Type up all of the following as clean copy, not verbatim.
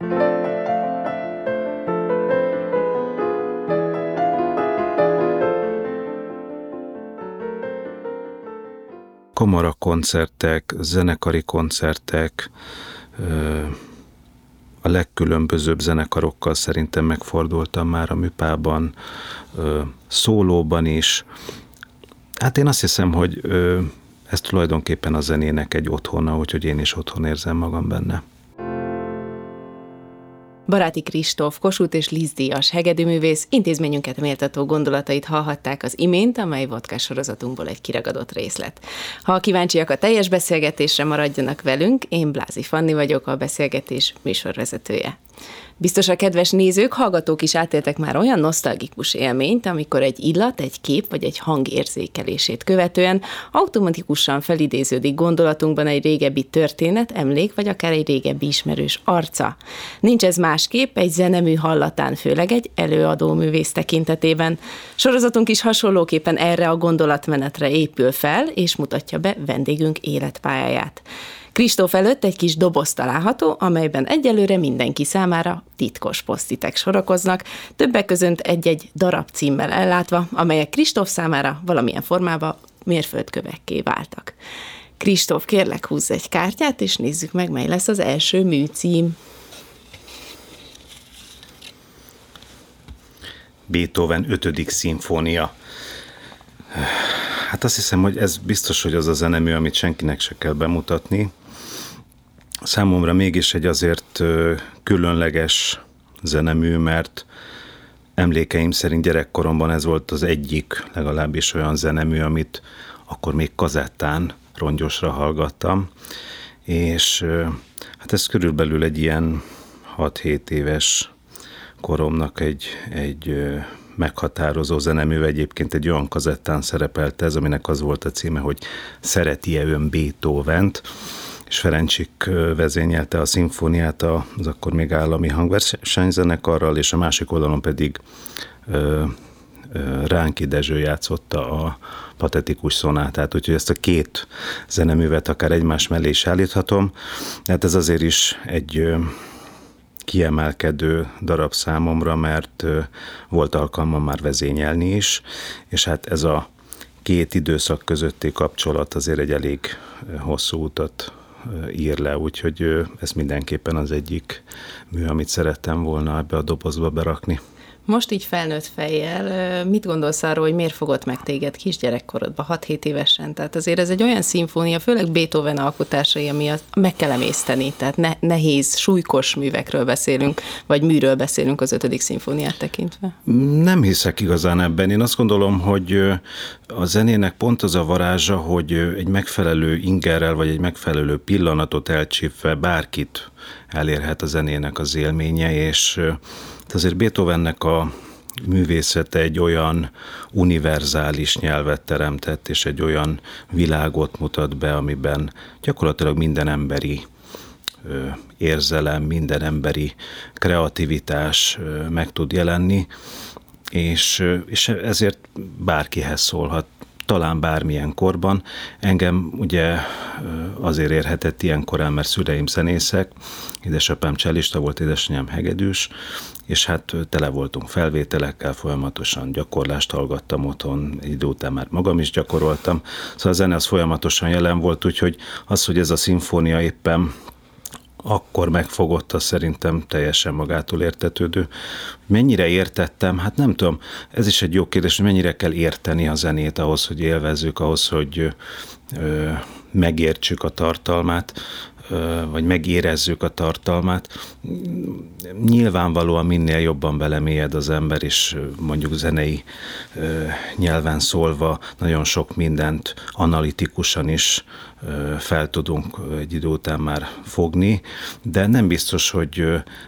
Kamarakoncertek, zenekari koncertek, a legkülönbözőbb zenekarokkal szerintem megfordultam már a műpában, szólóban is. Hát én azt hiszem, hogy ez tulajdonképpen a zenének egy otthona, úgyhogy én is otthon érzem magam benne. Baráti Kristóf, Kossuth és Liszt-díjas hegedűművész intézményünket méltató gondolatait hallhatták az imént, amely vodkás sorozatunkból egy kiragadott részlet. Ha kíváncsiak a teljes beszélgetésre, maradjanak velünk, én Blázi Fanni vagyok, a beszélgetés műsorvezetője. Biztos a kedves nézők, hallgatók is átéltek már olyan nosztalgikus élményt, amikor egy illat, egy kép vagy egy hang érzékelését követően automatikusan felidéződik gondolatunkban egy régebbi történet, emlék, vagy akár egy régebbi ismerős arca. Nincs ez másképp egy zenemű hallatán, főleg egy előadó művész tekintetében. Sorozatunk is hasonlóképpen erre a gondolatmenetre épül fel, és mutatja be vendégünk életpályáját. Kristóf előtt egy kis doboz található, amelyben egyelőre mindenki számára titkos posztitek sorakoznak, többek között egy-egy darab címmel ellátva, amelyek Kristóf számára valamilyen formában mérföldkövekké váltak. Kristóf, kérlek, húzz egy kártyát, és nézzük meg, mely lesz az első műcím. Beethoven 5. szimfónia. Hát azt hiszem, hogy ez biztos, hogy az a zenemű, amit senkinek se kell bemutatni. Számomra mégis egy azért különleges zenemű, mert emlékeim szerint gyerekkoromban ez volt az egyik, legalábbis olyan zenemű, amit akkor még kazettán, rongyosra hallgattam, és hát ez körülbelül egy ilyen 6-7 éves koromnak egy meghatározó zenemű, egyébként egy olyan kazettán szerepelt ez, aminek az volt a címe, hogy Szereti-e ön Beethovent, és Ferencsik vezényelte a szimfóniát az akkor még állami hangversenyzenekarral, és a másik oldalon pedig Ránki Dezső játszotta a patetikus szonátát, úgyhogy ezt a két zeneművet akár egymás mellé is állíthatom. Hát ez azért is egy kiemelkedő darab számomra, mert volt alkalmam már vezényelni is, és hát ez a két időszak közötti kapcsolat azért egy elég hosszú utat ír le, úgyhogy ez mindenképpen az egyik mű, amit szerettem volna ebbe a dobozba berakni. Most így felnőtt fejjel, mit gondolsz arról, hogy miért fogott meg téged kisgyerekkorodban, 6-7 évesen? Tehát azért ez egy olyan szimfónia, főleg Beethoven alkotásai, ami meg kell emészteni, tehát nehéz, súlykos művekről beszélünk, vagy műről beszélünk az 5. szimfóniát tekintve. Nem hiszek igazán ebben. Én azt gondolom, hogy a zenének pont az a varázsa, hogy egy megfelelő ingerrel, vagy egy megfelelő pillanatot elcsípve bárkit elérhet a zenének az élménye, és azért Beethovennek a művészete egy olyan univerzális nyelvet teremtett, és egy olyan világot mutat be, amiben gyakorlatilag minden emberi érzelem, minden emberi kreativitás meg tud jelenni, és ezért bárkihez szólhat, talán bármilyen korban. Engem ugye azért érhetett ilyen korán, mert szüleim zenészek, édesapám csellista volt, édesanyám hegedűs, és hát tele voltunk felvételekkel, folyamatosan gyakorlást hallgattam otthon, egy idő után már magam is gyakoroltam, szóval a zene az folyamatosan jelen volt, úgyhogy az, hogy ez a szimfónia éppen akkor megfogott, az szerintem teljesen magától értetődő. Mennyire értettem? Hát nem tudom, ez is egy jó kérdés, hogy mennyire kell érteni a zenét ahhoz, hogy élvezzük, ahhoz, hogy megértsük a tartalmát, vagy megérezzük a tartalmát. Nyilvánvalóan minél jobban belemélyed az ember, és mondjuk zenei nyelven szólva nagyon sok mindent analitikusan is fel tudunk egy idő után már fogni, de nem biztos, hogy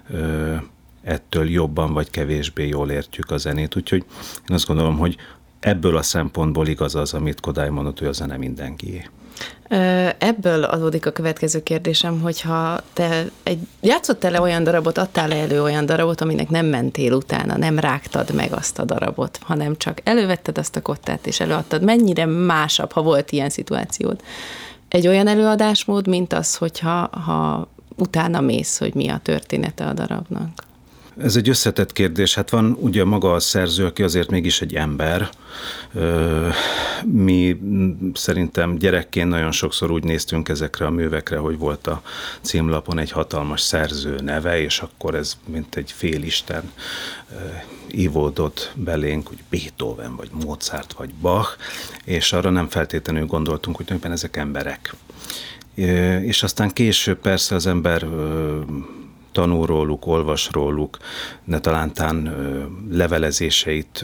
ettől jobban vagy kevésbé jól értjük a zenét. Úgyhogy én azt gondolom, hogy ebből a szempontból igaz az, amit Kodály mondott, hogy a zene mindenkié. Ebből adódik a következő kérdésem, hogyha te játszottál le olyan darabot, adtál elő olyan darabot, aminek nem mentél utána, nem rágtad meg azt a darabot, hanem csak elővetted azt a kottát és előadtad. Mennyire másabb, ha volt ilyen szituációd? Egy olyan előadásmód, mint az, hogyha utána mész, hogy mi a története a darabnak? Ez egy összetett kérdés. Hát van ugye maga a szerző, aki azért mégis egy ember. Mi szerintem gyerekként nagyon sokszor úgy néztünk ezekre a művekre, hogy volt a címlapon egy hatalmas szerző neve, és akkor ez mint egy félisten ivódott belénk, hogy Beethoven, vagy Mozart, vagy Bach, és arra nem feltétlenül gondoltunk, hogy tulajdonképpen ezek emberek. És aztán később persze az ember tanul róluk, olvas róluk, ne talántán levelezéseit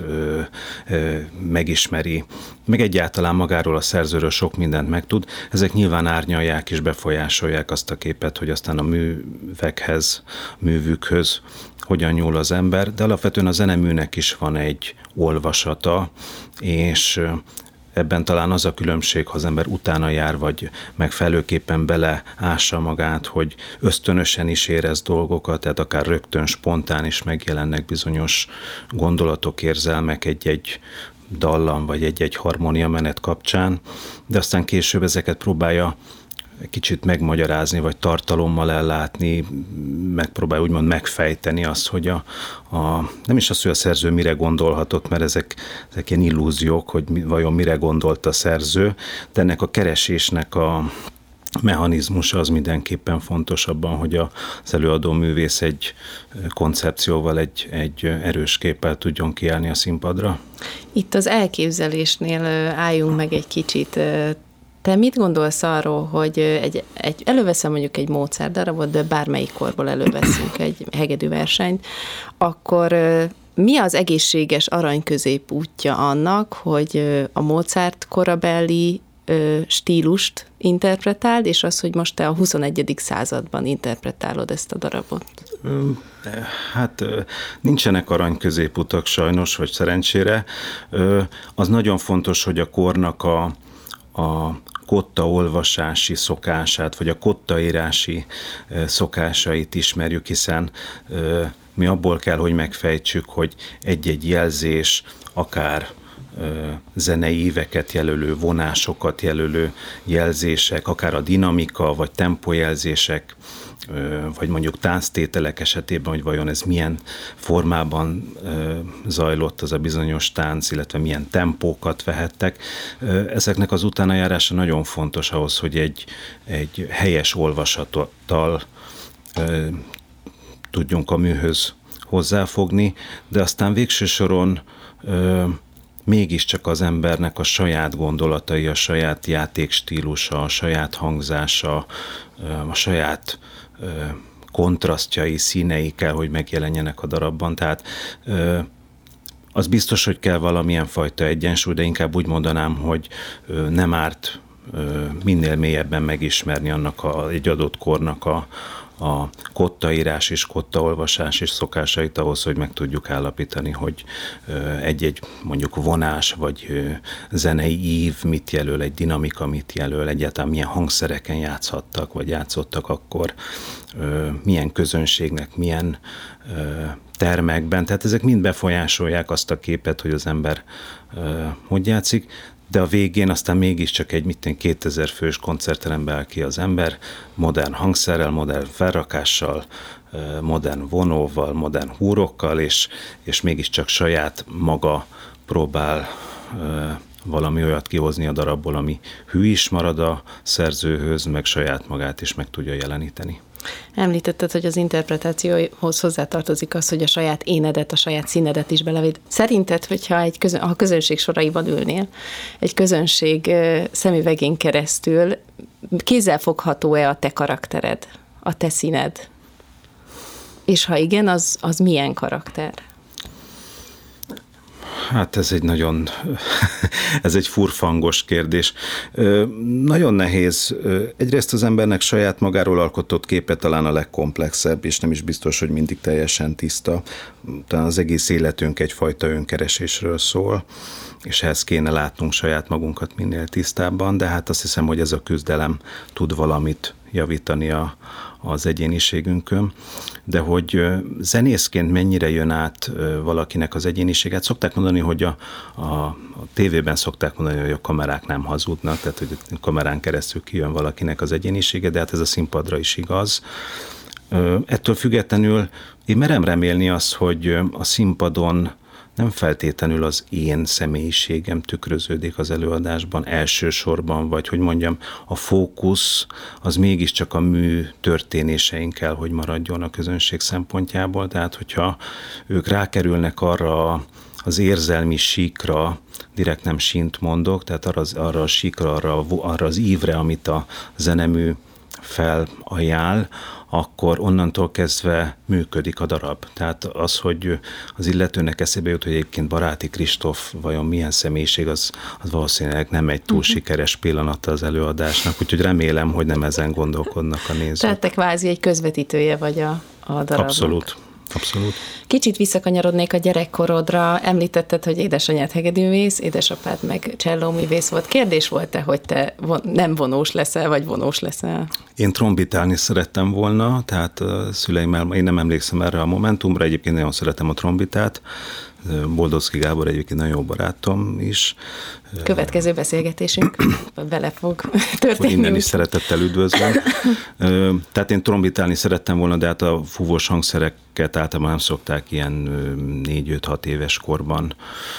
megismeri, meg egyáltalán magáról a szerzőről sok mindent megtud. Ezek nyilván árnyalják és befolyásolják azt a képet, hogy aztán a művekhez, művükhöz hogyan nyúl az ember, de alapvetően a zeneműnek is van egy olvasata, és ebben talán az a különbség, ha az ember utána jár, vagy megfelelőképpen beleássa magát, hogy ösztönösen is érez dolgokat, tehát akár rögtön spontán is megjelennek bizonyos gondolatok, érzelmek egy-egy dallam, vagy egy-egy harmóniamenet kapcsán, de aztán később ezeket próbálja kicsit megmagyarázni, vagy tartalommal ellátni, megpróbálja úgymond megfejteni azt, hogy nem is az, hogy a szerző mire gondolhatott, mert ezek ilyen illúziók, hogy vajon mire gondolt a szerző, de ennek a keresésnek a mechanizmusa az mindenképpen fontos abban, hogy az előadó művész egy koncepcióval, egy erős képpel tudjon kiállni a színpadra. Itt az elképzelésnél álljunk meg egy kicsit. Te mit gondolsz arról, hogy előveszem mondjuk egy Mozart darabot, de bármelyik korból előveszünk egy hegedűversenyt, akkor mi az egészséges aranyközép útja annak, hogy a Mozart korabeli stílust interpretáld, és az, hogy most te a 21. században interpretálod ezt a darabot? Hát nincsenek aranyközéputak sajnos, vagy szerencsére. Az nagyon fontos, hogy a kornak a kotta olvasási szokását, vagy a kotta írási szokásait ismerjük, hiszen mi abból kell, hogy megfejtsük, hogy egy-egy jelzés akár zenei íveket jelölő, vonásokat jelölő jelzések, akár a dinamika, vagy tempójelzések, vagy mondjuk tánctételek esetében, hogy vajon ez milyen formában zajlott az a bizonyos tánc, illetve milyen tempókat vehettek. Ezeknek az utánajárása nagyon fontos ahhoz, hogy egy helyes olvasattal tudjunk a műhöz hozzáfogni, de aztán végső soron mégiscsak az embernek a saját gondolatai, a saját játékstílusa, a saját hangzása, a saját kontrasztjai, színei kell, hogy megjelenjenek a darabban. Tehát az biztos, hogy kell valamilyen fajta egyensúly, de inkább úgy mondanám, hogy nem árt minél mélyebben megismerni annak egy adott kornak a kottaírás és kottaolvasás és szokásait ahhoz, hogy meg tudjuk állapítani, hogy egy-egy mondjuk vonás vagy zenei ív mit jelöl, egy dinamika mit jelöl, egyáltalán milyen hangszereken játszhattak vagy játszottak akkor, milyen közönségnek, milyen termekben. Tehát ezek mind befolyásolják azt a képet, hogy az ember hogy játszik, de a végén aztán mégiscsak egy 2000 fős koncertterembe áll ki az ember, modern hangszerrel, modern felrakással, modern vonóval, modern húrokkal, és mégiscsak saját maga próbál valami olyat kihozni a darabból, ami hű is marad a szerzőhöz, meg saját magát is meg tudja jeleníteni. Említetted, hogy az interpretációhoz hozzátartozik az, hogy a saját énedet, a saját színedet is belevéd. Szerinted, hogyha a közönség soraiban ülnél, egy közönség szemüvegén keresztül kézzelfogható-e a te karaktered, a te színed? És ha igen, az milyen karakter? Hát ez egy furfangos kérdés. Nagyon nehéz. Egyrészt az embernek saját magáról alkotott képe talán a legkomplexebb, és nem is biztos, hogy mindig teljesen tiszta. Talán az egész életünk egyfajta önkeresésről szól, és ehhez kéne látnunk saját magunkat minél tisztábban, de hát azt hiszem, hogy ez a küzdelem tud valamit javítani az egyéniségünkön, de hogy zenészként mennyire jön át valakinek az egyéniséget, szokták mondani, hogy a tévében szokták mondani, hogy a kamerák nem hazudnak, tehát hogy a kamerán keresztül kijön valakinek az egyénisége, de hát ez a színpadra is igaz. Ettől függetlenül én merem remélni azt, hogy a színpadon nem feltétlenül az én személyiségem tükröződik az előadásban elsősorban, vagy hogy mondjam, a fókusz az mégiscsak a mű történésein kell, hogy maradjon a közönség szempontjából. Tehát, hogyha ők rákerülnek arra az érzelmi síkra, direkt nem sínt mondok, tehát arra a síkra, arra az ívre, amit a zenemű felajánl, akkor onnantól kezdve működik a darab. Tehát az, hogy az illetőnek eszébe jut, hogy egyébként Baráti Kristóf vajon milyen személyiség, az valószínűleg nem egy túl sikeres pillanata az előadásnak, úgyhogy remélem, hogy nem ezen gondolkodnak a nézők. Tehát te kvázi egy közvetítője vagy a darabnak. Abszolút. Kicsit visszakanyarodnék a gyerekkorodra. Említetted, hogy édesanyád hegedűművész, édesapád meg csellóművész volt. Kérdés volt-e, hogy te nem vonós leszel, vagy vonós leszel? Én trombitálni szerettem volna, tehát szüleimmel, én nem emlékszem erre a momentumra, egyébként nagyon szeretem a trombitát. Boldogszky Gábor egyébként nagyon jó barátom is. Következő beszélgetésünk bele fog történni. Innen is szeretettel üdvözlöm. Tehát én trombitálni szerettem volna, de hát a fúvós hangszereket általában nem szokták ilyen 4-5-6 éves korban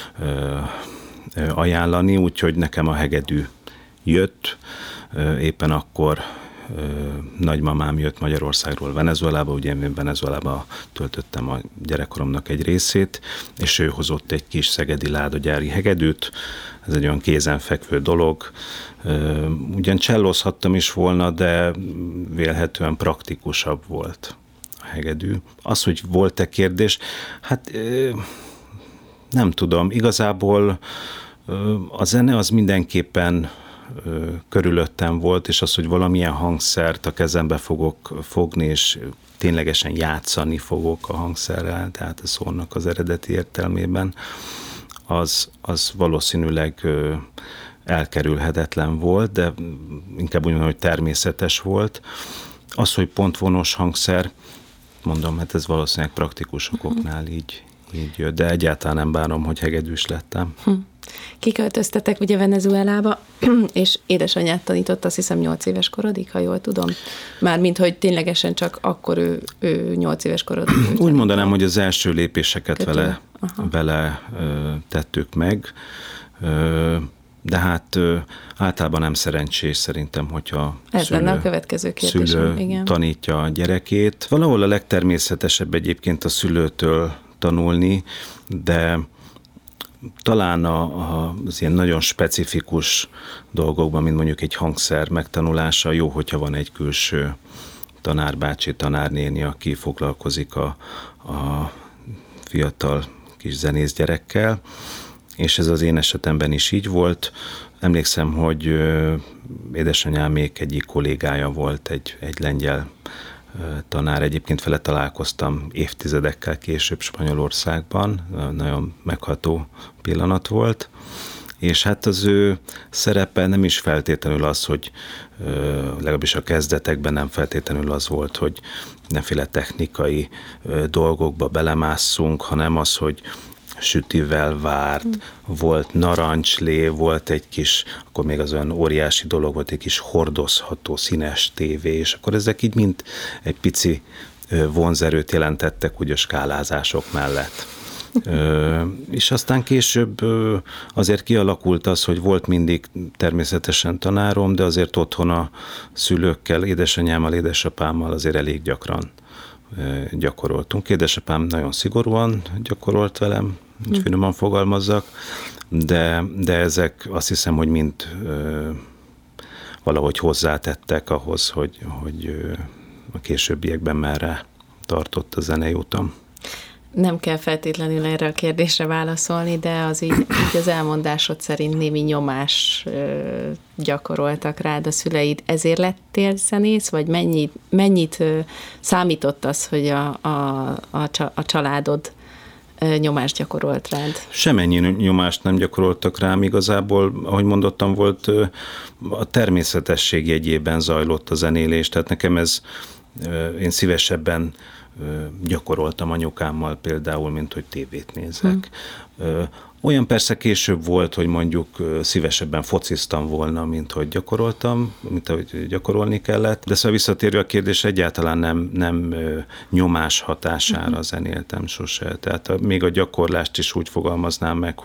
ajánlani, úgyhogy nekem a hegedű jött. Éppen akkor nagymamám jött Magyarországról Venezuelába, ugye én Venezuelába töltöttem a gyerekkoromnak egy részét, és ő hozott egy kis szegedi ládagyári hegedűt, ez egy olyan kézenfekvő dolog. Ugyan csellózhattam is volna, de vélhetően praktikusabb volt a hegedű. Az, hogy volt-e kérdés, hát nem tudom, igazából a zene az mindenképpen körülöttem volt, és az, hogy valamilyen hangszert a kezembe fogok fogni, és ténylegesen játszani fogok a hangszerrel, tehát a szónak az eredeti értelmében, az valószínűleg elkerülhetetlen volt, de inkább úgy mondom, hogy természetes volt. Az, hogy pont vonós hangszer, mondom, hát ez valószínűleg praktikus okoknál így jött, de egyáltalán nem bánom, hogy hegedűs lettem. Kiköltöztetek ugye Venezuelába, és édesanyát tanított, azt hiszem 8 éves korodig, ha jól tudom. Mármint, hogy ténylegesen csak akkor ő 8 éves korodig. Úgy mondanám, hogy az első lépéseket vele tettük meg, de hát általában nem szerencsés szerintem, hogyha ez lenne a következő kérdésem, szülő igen. tanítja a gyerekét. Valahol a legtermészetesebb egyébként a szülőtől tanulni, de talán az ilyen nagyon specifikus dolgokban, mint mondjuk egy hangszer megtanulása, jó, hogyha van egy külső tanárbácsi, tanárnéni, aki foglalkozik a fiatal kis zenész gyerekkel, és ez az én esetemben is így volt. Emlékszem, hogy édesanyámék egyik kollégája volt, egy lengyel tanár, egyébként vele találkoztam évtizedekkel később Spanyolországban, nagyon megható pillanat volt, és hát az ő szerepe nem is feltétlenül az, hogy legalábbis a kezdetekben nem feltétlenül az volt, hogy mindenféle technikai dolgokba belemásszunk, hanem az, hogy sütivel várt, volt narancslé, volt egy kis, akkor még az olyan óriási dolog volt, egy kis hordozható színes tévé, és akkor ezek így mind egy pici vonzerőt jelentettek úgy a skálázások mellett. És aztán később azért kialakult az, hogy volt mindig természetesen tanárom, de azért otthon a szülőkkel, édesanyámmal, édesapámmal azért elég gyakran gyakoroltunk. Édesapám nagyon szigorúan gyakorolt velem, hogy finoman fogalmazzak, de ezek azt hiszem, hogy mind valahogy hozzátettek ahhoz, hogy a későbbiekben merre tartott a zenei utam. Nem kell feltétlenül erre a kérdésre válaszolni, de az így az elmondásod szerint némi nyomás gyakoroltak rád a szüleid. Ezért lettél zenész, vagy mennyit számított az, hogy a családod nyomást gyakorolt rád? Semennyi nyomást nem gyakoroltak rám, igazából, ahogy mondottam, volt a természetesség jegyében zajlott a zenélés, tehát nekem én szívesebben gyakoroltam anyukámmal például, mint hogy tévét nézek. Olyan persze később volt, hogy mondjuk szívesebben fociztam volna, mint hogy gyakoroltam, mint ahogy gyakorolni kellett, de szóval visszatérve a kérdés, egyáltalán nem nyomás hatására zenéltem sose. Tehát még a gyakorlást is úgy fogalmaznám meg,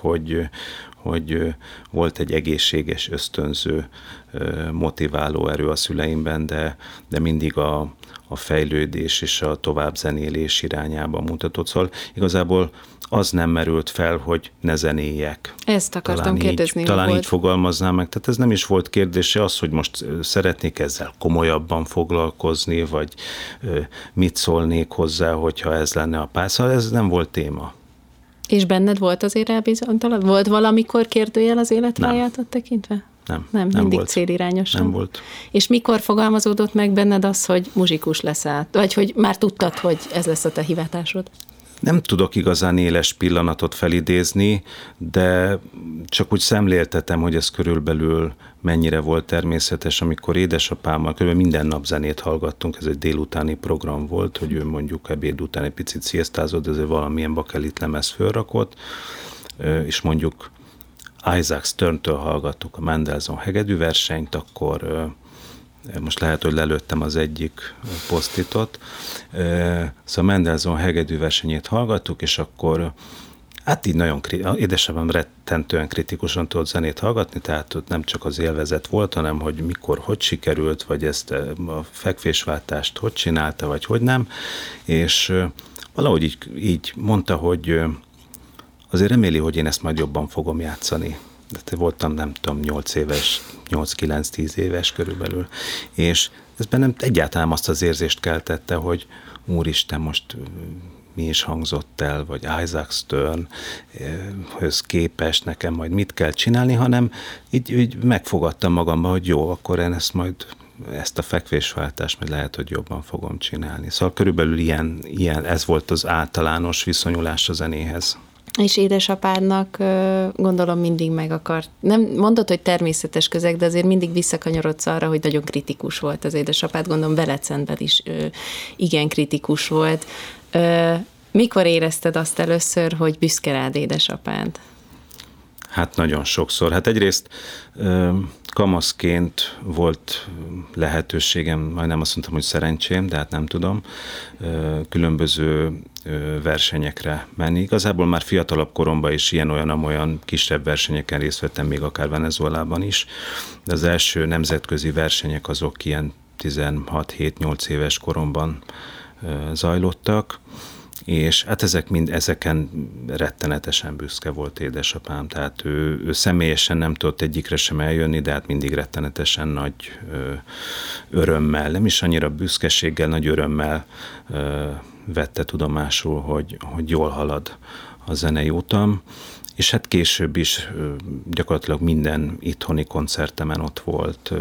hogy volt egy egészséges, ösztönző, motiváló erő a szüleimben, de mindig a fejlődés és a továbbzenélés irányába mutatott. Szóval igazából az nem merült fel, hogy ne zenéljek. Ezt akartam kérdezni. Talán így fogalmaznám meg. Tehát ez nem is volt kérdése az, hogy most szeretnék ezzel komolyabban foglalkozni, vagy mit szólnék hozzá, hogyha ez lenne a pár. Szóval ez nem volt téma. És benned volt azért elbizonytalan? Volt valamikor kérdőjel az életpályádat tekintve? Nem mindig volt. Célirányosan? Nem volt. És mikor fogalmazódott meg benned az, hogy muzsikus leszel? Vagy hogy már tudtad, hogy ez lesz a te hivatásod? Nem tudok igazán éles pillanatot felidézni, de csak úgy szemléltetem, hogy ez körülbelül mennyire volt természetes, amikor édesapámmal körülbelül minden nap zenét hallgattunk, ez egy délutáni program volt, hogy ő mondjuk ebéd után egy picit sziasztázott, ezért valamilyen bakelit lemez fölrakott, és mondjuk Isaac Stern-től hallgattuk a Mendelssohn hegedű versenyt, akkor most lehet, hogy lelőttem az egyik posztitot. Szóval Mendelssohn hegedű versenyét hallgattuk, és akkor hát így nagyon, édesapám rettentően kritikusan tudott zenét hallgatni, tehát ott nem csak az élvezet volt, hanem hogy mikor, hogy sikerült, vagy ezt a fekvésváltást hogy csinálta, vagy hogy nem, és valahogy így mondta, hogy azért reméli, hogy én ezt majd jobban fogom játszani. De voltam, nem tudom, 8-9-10 éves körülbelül, és ez bennem egyáltalán azt az érzést keltette, hogy úristen, most mi is hangzott el, vagy Isaac Sternhöz képest nekem majd mit kell csinálni, hanem így megfogadtam magamban, hogy jó, akkor én ezt a fekvésváltást majd lehet, hogy jobban fogom csinálni. Szóval körülbelül ilyen ez volt az általános viszonyulás a zenéhez. És édesapádnak gondolom mindig meg akart, nem mondod, hogy természetes közeg, de azért mindig visszakanyarodsz arra, hogy nagyon kritikus volt az édesapád, gondolom veled szemben is igen kritikus volt. Mikor érezted azt először, hogy büszke rád édesapád? Hát nagyon sokszor. Hát egyrészt kamaszként volt lehetőségem, majdnem azt mondtam, hogy szerencsém, de hát nem tudom, különböző versenyekre menni. Igazából már fiatalabb koromban is ilyen-olyan kisebb versenyeken részt vettem, még akár Venezuelában is, de az első nemzetközi versenyek azok ilyen 16-7-8 éves koromban zajlottak, és hát ezeken rettenetesen büszke volt édesapám, tehát ő személyesen nem tudott egyikre sem eljönni, de hát mindig rettenetesen nagy örömmel, nem is annyira büszkeséggel, nagy örömmel vette tudomásul, hogy jól halad a zenei utam, és hát később is gyakorlatilag minden itthoni koncertemen ott volt.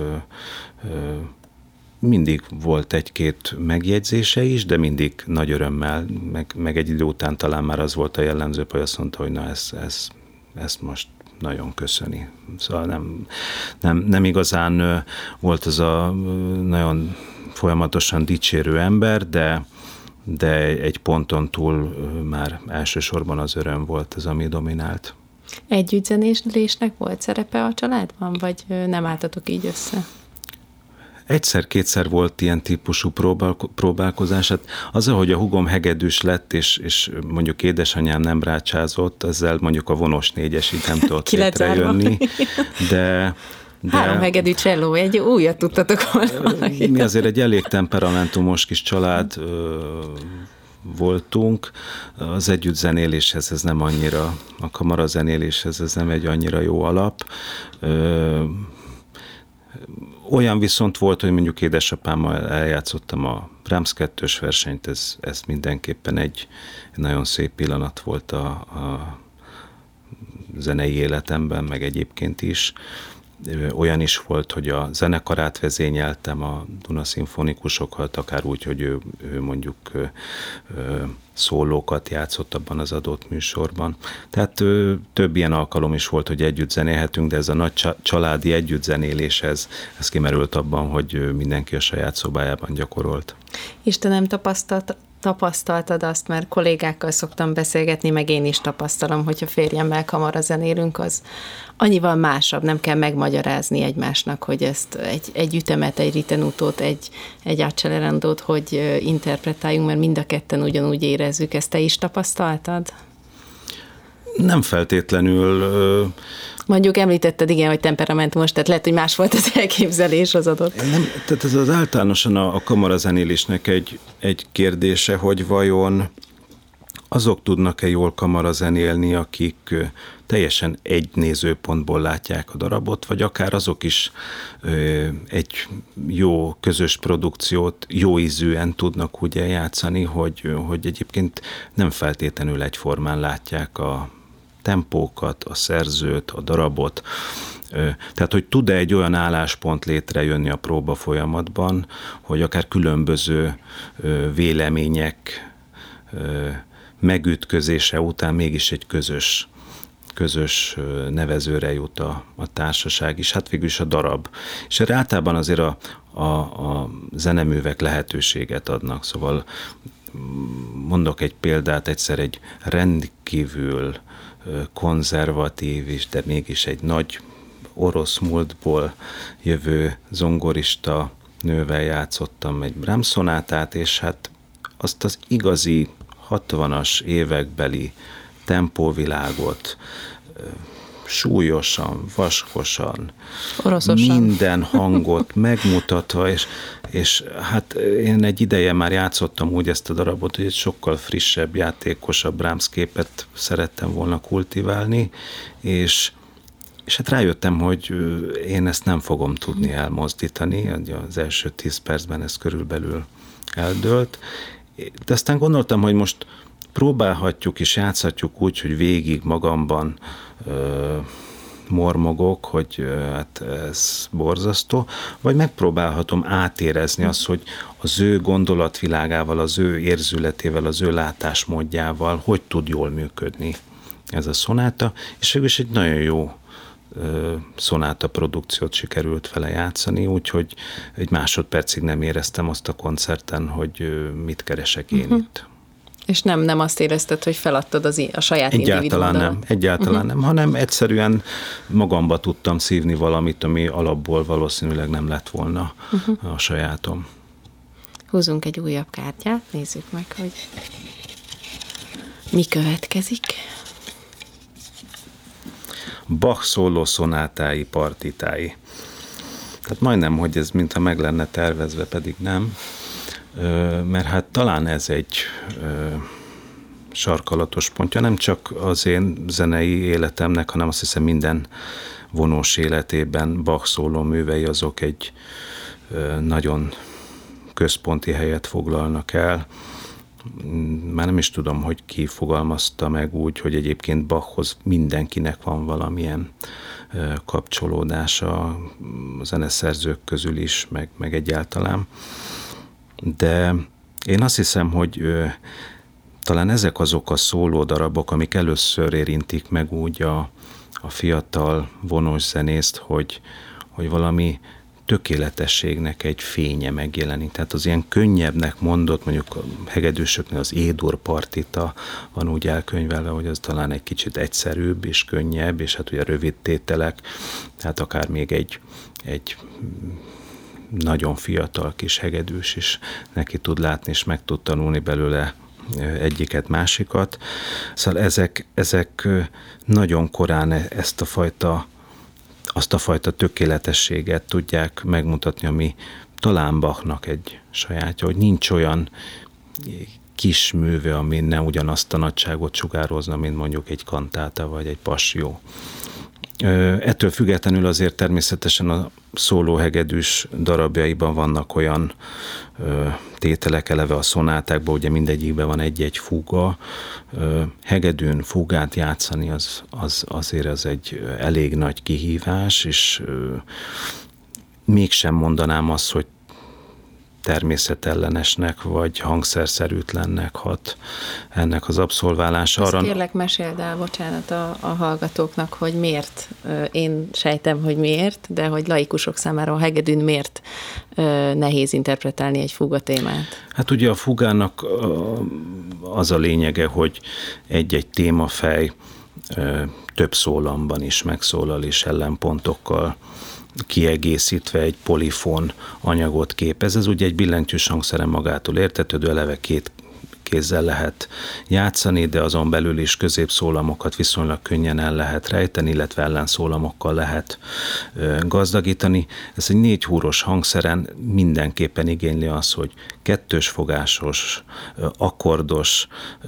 Mindig volt egy-két megjegyzése is, de mindig nagy örömmel, meg egy idő után talán már az volt a jellemző, hogy azt mondta, hogy na ezt most nagyon köszöni. Szóval nem igazán volt az a nagyon folyamatosan dicsérő ember, de egy ponton túl már elsősorban az öröm volt az, ami dominált. Együttzenélésnek volt szerepe a családban, vagy nem álltatok így össze? Egyszer-kétszer volt ilyen típusú próbálkozás. Hát az, hogy a húgom hegedűs lett, és mondjuk édesanyám nem rácsázott, ezzel mondjuk a vonos négyes így nem tudott létrejönni, de 3 hegedű cselló, egy újat tudtatok volna. Mi azért egy elég temperamentumos kis család voltunk. Az együttzenéléshez ez nem annyira, a kamarazenéléshez ez nem egy annyira jó alap. Olyan viszont volt, hogy mondjuk édesapámmal eljátszottam a Brahms 2-ös versenyt, ez mindenképpen egy nagyon szép pillanat volt a zenei életemben, meg egyébként is. olyan is volt, hogy a zenekarát vezényeltem a Duna szimfonikusokat, akár úgy, hogy ő mondjuk szólókat játszott abban az adott műsorban. Tehát több ilyen alkalom is volt, hogy együtt zenélhetünk, de ez a nagy családi együttzenélés, ez kimerült abban, hogy mindenki a saját szobájában gyakorolt. Istenem, tapasztaltad azt, mert kollégákkal szoktam beszélgetni, meg én is tapasztalom, hogyha férjemmel kamara zenélünk, az annyival másabb, nem kell megmagyarázni egymásnak, hogy ezt egy ütemet, egy ritenutót, egy accelerandót, hogy interpretáljunk, mert mind a ketten ugyanúgy érezzük. Ezt te is tapasztaltad? Nem feltétlenül. Mondjuk említetted, igen, hogy temperamentumos, tehát lehet, hogy más volt az elképzelés az adott. Nem, tehát ez az általánosan a kamarazenélésnek egy kérdése, hogy vajon azok tudnak-e jól kamarazenélni, akik teljesen egy nézőpontból látják a darabot, vagy akár azok is egy jó közös produkciót jó ízűen tudnak úgy eljátszani, hogy egyébként nem feltétlenül egyformán látják a tempókat, a szerzőt, a darabot. Tehát, hogy tud-e egy olyan álláspont létrejönni a próba folyamatban, hogy akár különböző vélemények megütközése után mégis egy közös nevezőre jut a társaság is, hát végül is a darab. És erre általában azért a zeneművek lehetőséget adnak, szóval mondok egy példát, egyszer egy rendkívül konzervatív is, de mégis egy nagy orosz múltból jövő zongorista nővel játszottam egy Brahms szonátát, és hát azt az igazi 60-as évekbeli tempóvilágot súlyosan, vaskosan, oroszosan, minden hangot megmutatva, és hát én egy ideje már játszottam úgy ezt a darabot, hogy egy sokkal frissebb, játékosabb Brahms képet szerettem volna kultiválni, és hát rájöttem, hogy én ezt nem fogom tudni elmozdítani, az első 10 percben ez körülbelül eldőlt, de aztán gondoltam, hogy most próbálhatjuk és játszhatjuk úgy, hogy végig magamban mormogok, hogy hát ez borzasztó, vagy megpróbálhatom átérezni azt, hogy az ő gondolatvilágával, az ő érzületével, az ő látásmódjával hogy tud jól működni ez a szonáta, és végül is egy nagyon jó szonáta produkciót sikerült vele játszani, úgyhogy egy másodpercig nem éreztem azt a koncerten, hogy mit keresek én itt. És nem azt érezted, hogy feladtad a saját individuumodat? Egyáltalán nem, hanem egyszerűen magamba tudtam szívni valamit, ami alapból valószínűleg nem lett volna a sajátom. Húzunk egy újabb kártyát, nézzük meg, hogy mi következik. Bach szóló szonátái, partitái. Tehát majdnem, hogy ez mintha meg lenne tervezve, pedig nem. Mert hát talán ez egy sarkalatos pontja, nem csak az én zenei életemnek, hanem azt hiszem minden vonós életében Bach szóló művei azok egy nagyon központi helyet foglalnak el. Már nem is tudom, hogy ki fogalmazta meg úgy, hogy egyébként Bachhoz mindenkinek van valamilyen kapcsolódása a zeneszerzők közül is, meg egyáltalán. De én azt hiszem, hogy talán ezek azok a szólódarabok, amik először érintik meg úgy a fiatal vonós zenészt, hogy valami tökéletességnek egy fénye megjelenik. Tehát az ilyen könnyebbnek mondott, mondjuk a hegedűsöknél az E-dur partita van úgy elkönyvelve, hogy az talán egy kicsit egyszerűbb és könnyebb, és hát ugye rövid tételek, tehát akár még egy nagyon fiatal kis hegedűs is neki tud látni, és meg tud tanulni belőle egyiket, másikat. Szóval ezek nagyon korán azt a fajta tökéletességet tudják megmutatni, ami talán Bachnak egy sajátja, hogy nincs olyan kis műve, ami ne ugyanazt a nagyságot sugározna, mint mondjuk egy kantáta vagy egy passió. Ettől függetlenül azért természetesen a szólóhegedűs darabjaiban vannak olyan tételek, eleve a szonátákban, ugye mindegyikben van egy-egy fúga. Hegedűn fúgát játszani azért az egy elég nagy kihívás, és mégsem mondanám azt, hogy természetellenesnek vagy hangszerszerűtlennek hat ennek az abszolválása. Azt kérlek, meséld el, bocsánat, a hallgatóknak, hogy miért. Én sejtem, hogy miért, de hogy laikusok számára a hegedűn miért nehéz interpretálni egy fuga témát? Hát ugye a fugának az a lényege, hogy egy-egy témafej több szólamban is megszólal, és ellenpontokkal kiegészítve egy polifon anyagot képez. Ez ugye egy billentyűs hangszeren magától értetődő, eleve két kézzel lehet játszani, de azon belül is középszólamokat viszonylag könnyen el lehet rejteni, illetve ellenszólamokkal lehet gazdagítani. Ez egy 4 húros hangszeren mindenképpen igényli az, hogy kettős fogásos, akkordos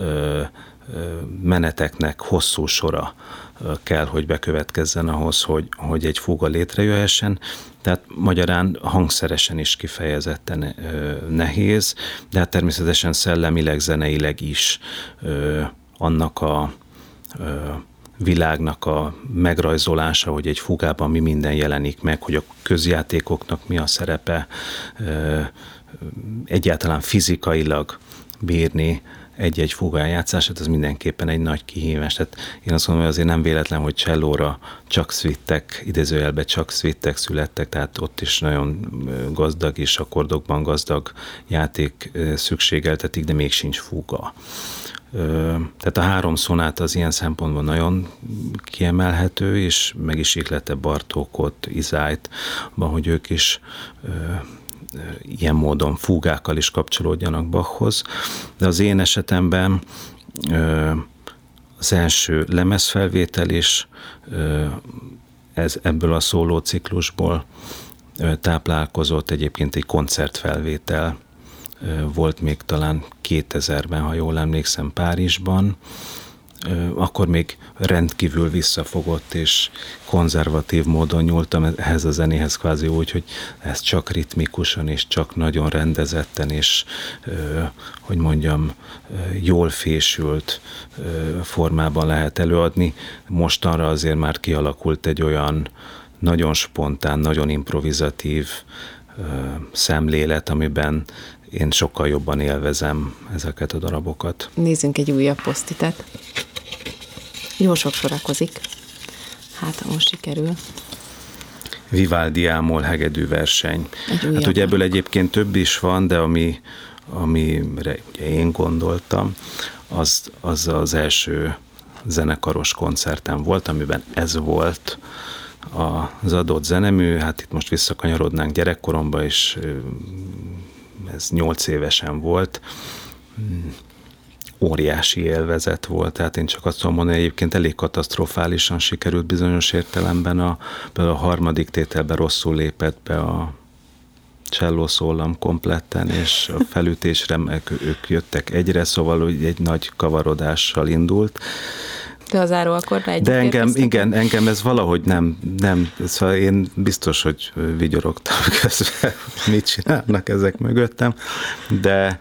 meneteknek hosszú sora kell, hogy bekövetkezzen ahhoz, hogy egy fuga létrejöhessen. Tehát magyarán hangszeresen is kifejezetten nehéz, de hát természetesen szellemileg, zeneileg is annak a világnak a megrajzolása, hogy egy fugában mi minden jelenik meg, hogy a közjátékoknak mi a szerepe, egyáltalán fizikailag bírni egy-egy fugájátszását, az mindenképpen egy nagy kihívás. Tehát én azt mondom, hogy azért nem véletlen, hogy csellóra csak szvittek, idézőjelben csak szvittek születtek, tehát ott is nagyon gazdag és akkordokban gazdag játék szükségeltetik, de még sincs fuga. Tehát a 3 szonáta az ilyen szempontból nagyon kiemelhető, és meg is ihlette Bartókot, Izájt, hogy ők is ilyen módon fúgákkal is kapcsolódjanak Bachhoz. De az én esetemben az első lemezfelvétel is ebből a szólóciklusból táplálkozott, egyébként egy koncertfelvétel volt még talán 2000-ben, ha jól emlékszem, Párizsban. Akkor még rendkívül visszafogott és konzervatív módon nyúltam ehhez a zenéhez, kvázi úgy, hogy ez csak ritmikusan és csak nagyon rendezetten és, hogy mondjam, jól fésült formában lehet előadni. Mostanra azért már kialakult egy olyan nagyon spontán, nagyon improvizatív szemlélet, amiben én sokkal jobban élvezem ezeket a darabokat. Nézzünk egy újabb posztitet. Jó sok sorakozik. Hát, ha most sikerül. Vivaldi Ámol hegedű verseny. Hát ugye ebből egyébként több is van, de amire ugye én gondoltam, az első zenekaros koncertem volt, amiben ez volt az adott zenemű. Hát itt most visszakanyarodnánk gyerekkoromba, és ez 8 évesen volt. Óriási élvezet volt, tehát én csak azt tudom mondani, egyébként elég katasztrofálisan sikerült bizonyos értelemben a 3. tételben rosszul lépett be a csellószólam kompletten, és a felütésre ők jöttek egyre, szóval úgy egy nagy kavarodással indult. De az záróakkordra együtt. De engem ez valahogy nem, szóval én biztos, hogy vigyorogtam közben, mit csinálnak ezek mögöttem, de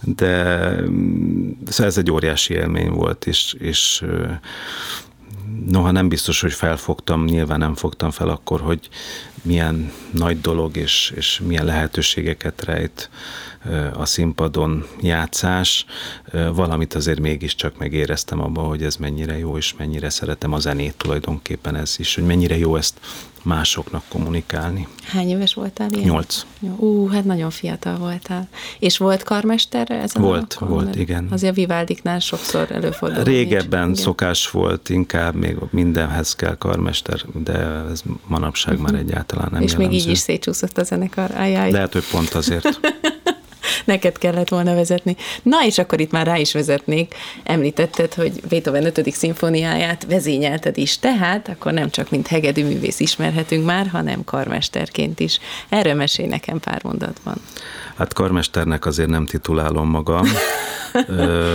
szóval ez egy óriási élmény volt, és noha nem biztos, hogy felfogtam, nyilván nem fogtam fel akkor, hogy milyen nagy dolog és milyen lehetőségeket rejt a színpadon játszás, valamit azért mégiscsak megéreztem abban, hogy ez mennyire jó, és mennyire szeretem a zenét tulajdonképpen ez is, hogy mennyire jó ezt másoknak kommunikálni. Hány éves voltál ilyen? 8. Hát nagyon fiatal voltál. És volt karmester ezen? Volt, igen. Azért a Vivaldiknál sokszor előfordul. Régebben szokás volt, inkább még mindenhez kell karmester, de ez manapság már egyáltalán nem és jellemző. még így is szétcsúszott a zenekar. Ajaj. Lehet, hogy pont azért. Neked kellett volna vezetni. Na, és akkor itt már rá is vezetnék. Említetted, hogy Beethoven 5. szimfóniáját vezényelted is, tehát akkor nem csak mint hegedűművész ismerhetünk már, hanem karmesterként is. Erről mesélj nekem pár mondatban. Hát karmesternek azért nem titulálom magam.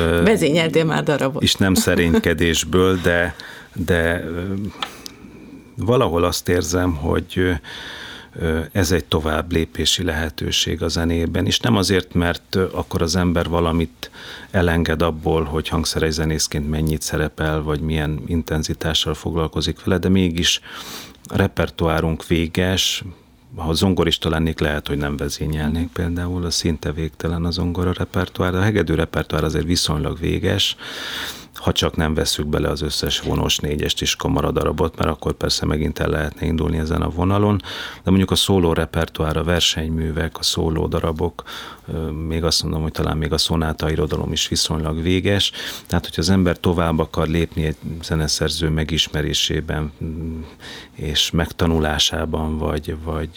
Vezényeltél már darabot. És nem szerénykedésből, de valahol azt érzem, hogy ez egy tovább lépési lehetőség a zenében, és nem azért, mert akkor az ember valamit elenged abból, hogy hangszerezenészként mennyit szerepel, vagy milyen intenzitással foglalkozik vele, de mégis a repertoárunk véges. Ha zongorista lennék, lehet, hogy nem vezényelnék például, szinte végtelen a zongora repertoár, de a hegedű repertoár azért viszonylag véges, ha csak nem vesszük bele az összes vonós négyest is kamaradarabot, mert akkor persze megint el lehetne indulni ezen a vonalon, de mondjuk a szóló repertoár, a versenyművek, a szóló darabok, még azt mondom, hogy talán még a szonáta irodalom is viszonylag véges, tehát hogyha az ember tovább akar lépni egy zeneszerző megismerésében és megtanulásában, vagy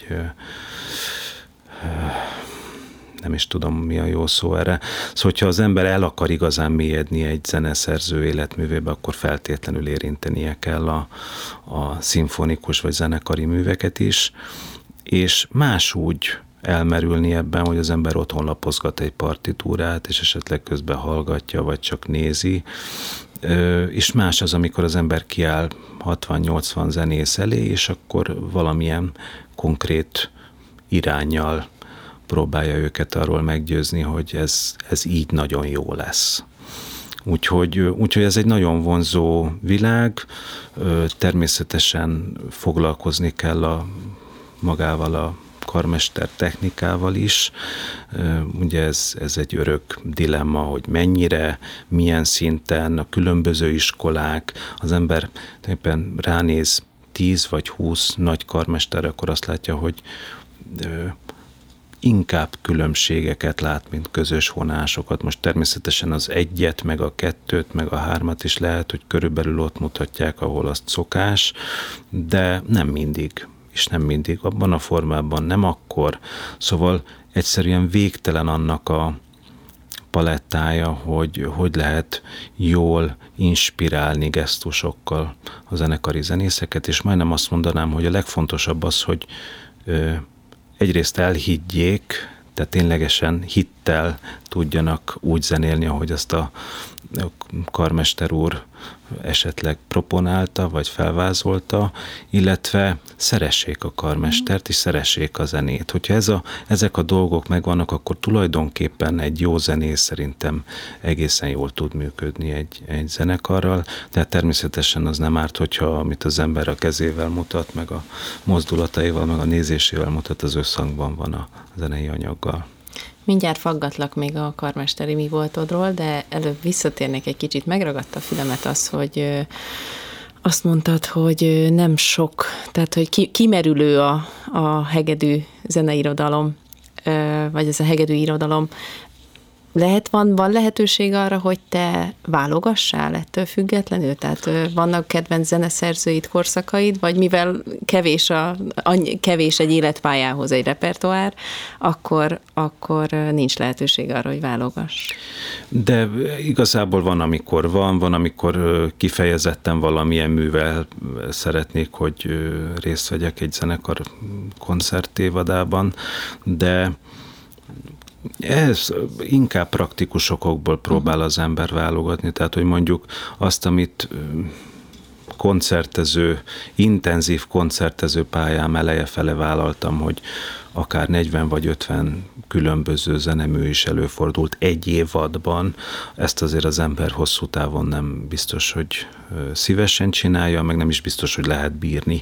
nem is tudom, mi a jó szó erre. Szóval, hogyha az ember el akar igazán mélyedni egy zeneszerző életművébe, akkor feltétlenül érintenie kell a szimfonikus vagy zenekari műveket is, és más úgy elmerülni ebben, hogy az ember otthon lapozgat egy partitúrát, és esetleg közben hallgatja, vagy csak nézi, és más az, amikor az ember kiáll 60-80 zenész elé, és akkor valamilyen konkrét iránnyal próbálja őket arról meggyőzni, hogy ez így nagyon jó lesz. Úgyhogy ez egy nagyon vonzó világ, természetesen foglalkozni kell magával a karmester technikával is. Ugye ez egy örök dilemma, hogy mennyire, milyen szinten, a különböző iskolák, az ember éppen ránéz 10 vagy 20 nagy karmesterre, akkor azt látja, hogy inkább különbségeket lát, mint közös vonásokat. Most természetesen az 1-et, meg a 2-t, meg a 3-at is lehet, hogy körülbelül ott mutatják, ahol azt szokás, de nem mindig, és nem mindig, abban a formában nem akkor. Szóval egyszerűen végtelen annak a palettája, hogy lehet jól inspirálni gesztusokkal a zenekari zenészeket, és majdnem azt mondanám, hogy a legfontosabb az, hogy egyrészt elhiggyék, tehát ténylegesen hittel tudjanak úgy zenélni, ahogy azt a karmester úr esetleg proponálta, vagy felvázolta, illetve szeressék a karmestert, és szeressék a zenét. Hogyha ezek a dolgok megvannak, akkor tulajdonképpen egy jó zenész szerintem egészen jól tud működni egy zenekarral, de természetesen az nem árt, hogyha amit az ember a kezével mutat, meg a mozdulataival, meg a nézésével mutat, az összhangban van a zenei anyaggal. Mindjárt faggatlak még a karmesteri mi voltodról, de előbb visszatérnék egy kicsit. Megragadta a fülemet az, hogy azt mondtad, hogy nem sok, tehát hogy kimerülő a hegedű zeneirodalom, vagy ez a hegedű irodalom. Van lehetőség arra, hogy te válogassál ettől függetlenül? Tehát vannak kedvenc zeneszerzőid, korszakaid, vagy mivel kevés egy életpályához egy repertoár, akkor nincs lehetőség arra, hogy válogass? De igazából van, amikor kifejezetten valamilyen művel szeretnék, hogy részt vegyek egy zenekar koncertévadában, de ez inkább praktikus okokból próbál az ember válogatni, tehát hogy mondjuk azt, amit intenzív koncertező pályám eleje fele vállaltam, hogy akár 40 vagy 50 különböző zenemű is előfordult egy évadban, ezt azért az ember hosszú távon nem biztos, hogy szívesen csinálja, meg nem is biztos, hogy lehet bírni.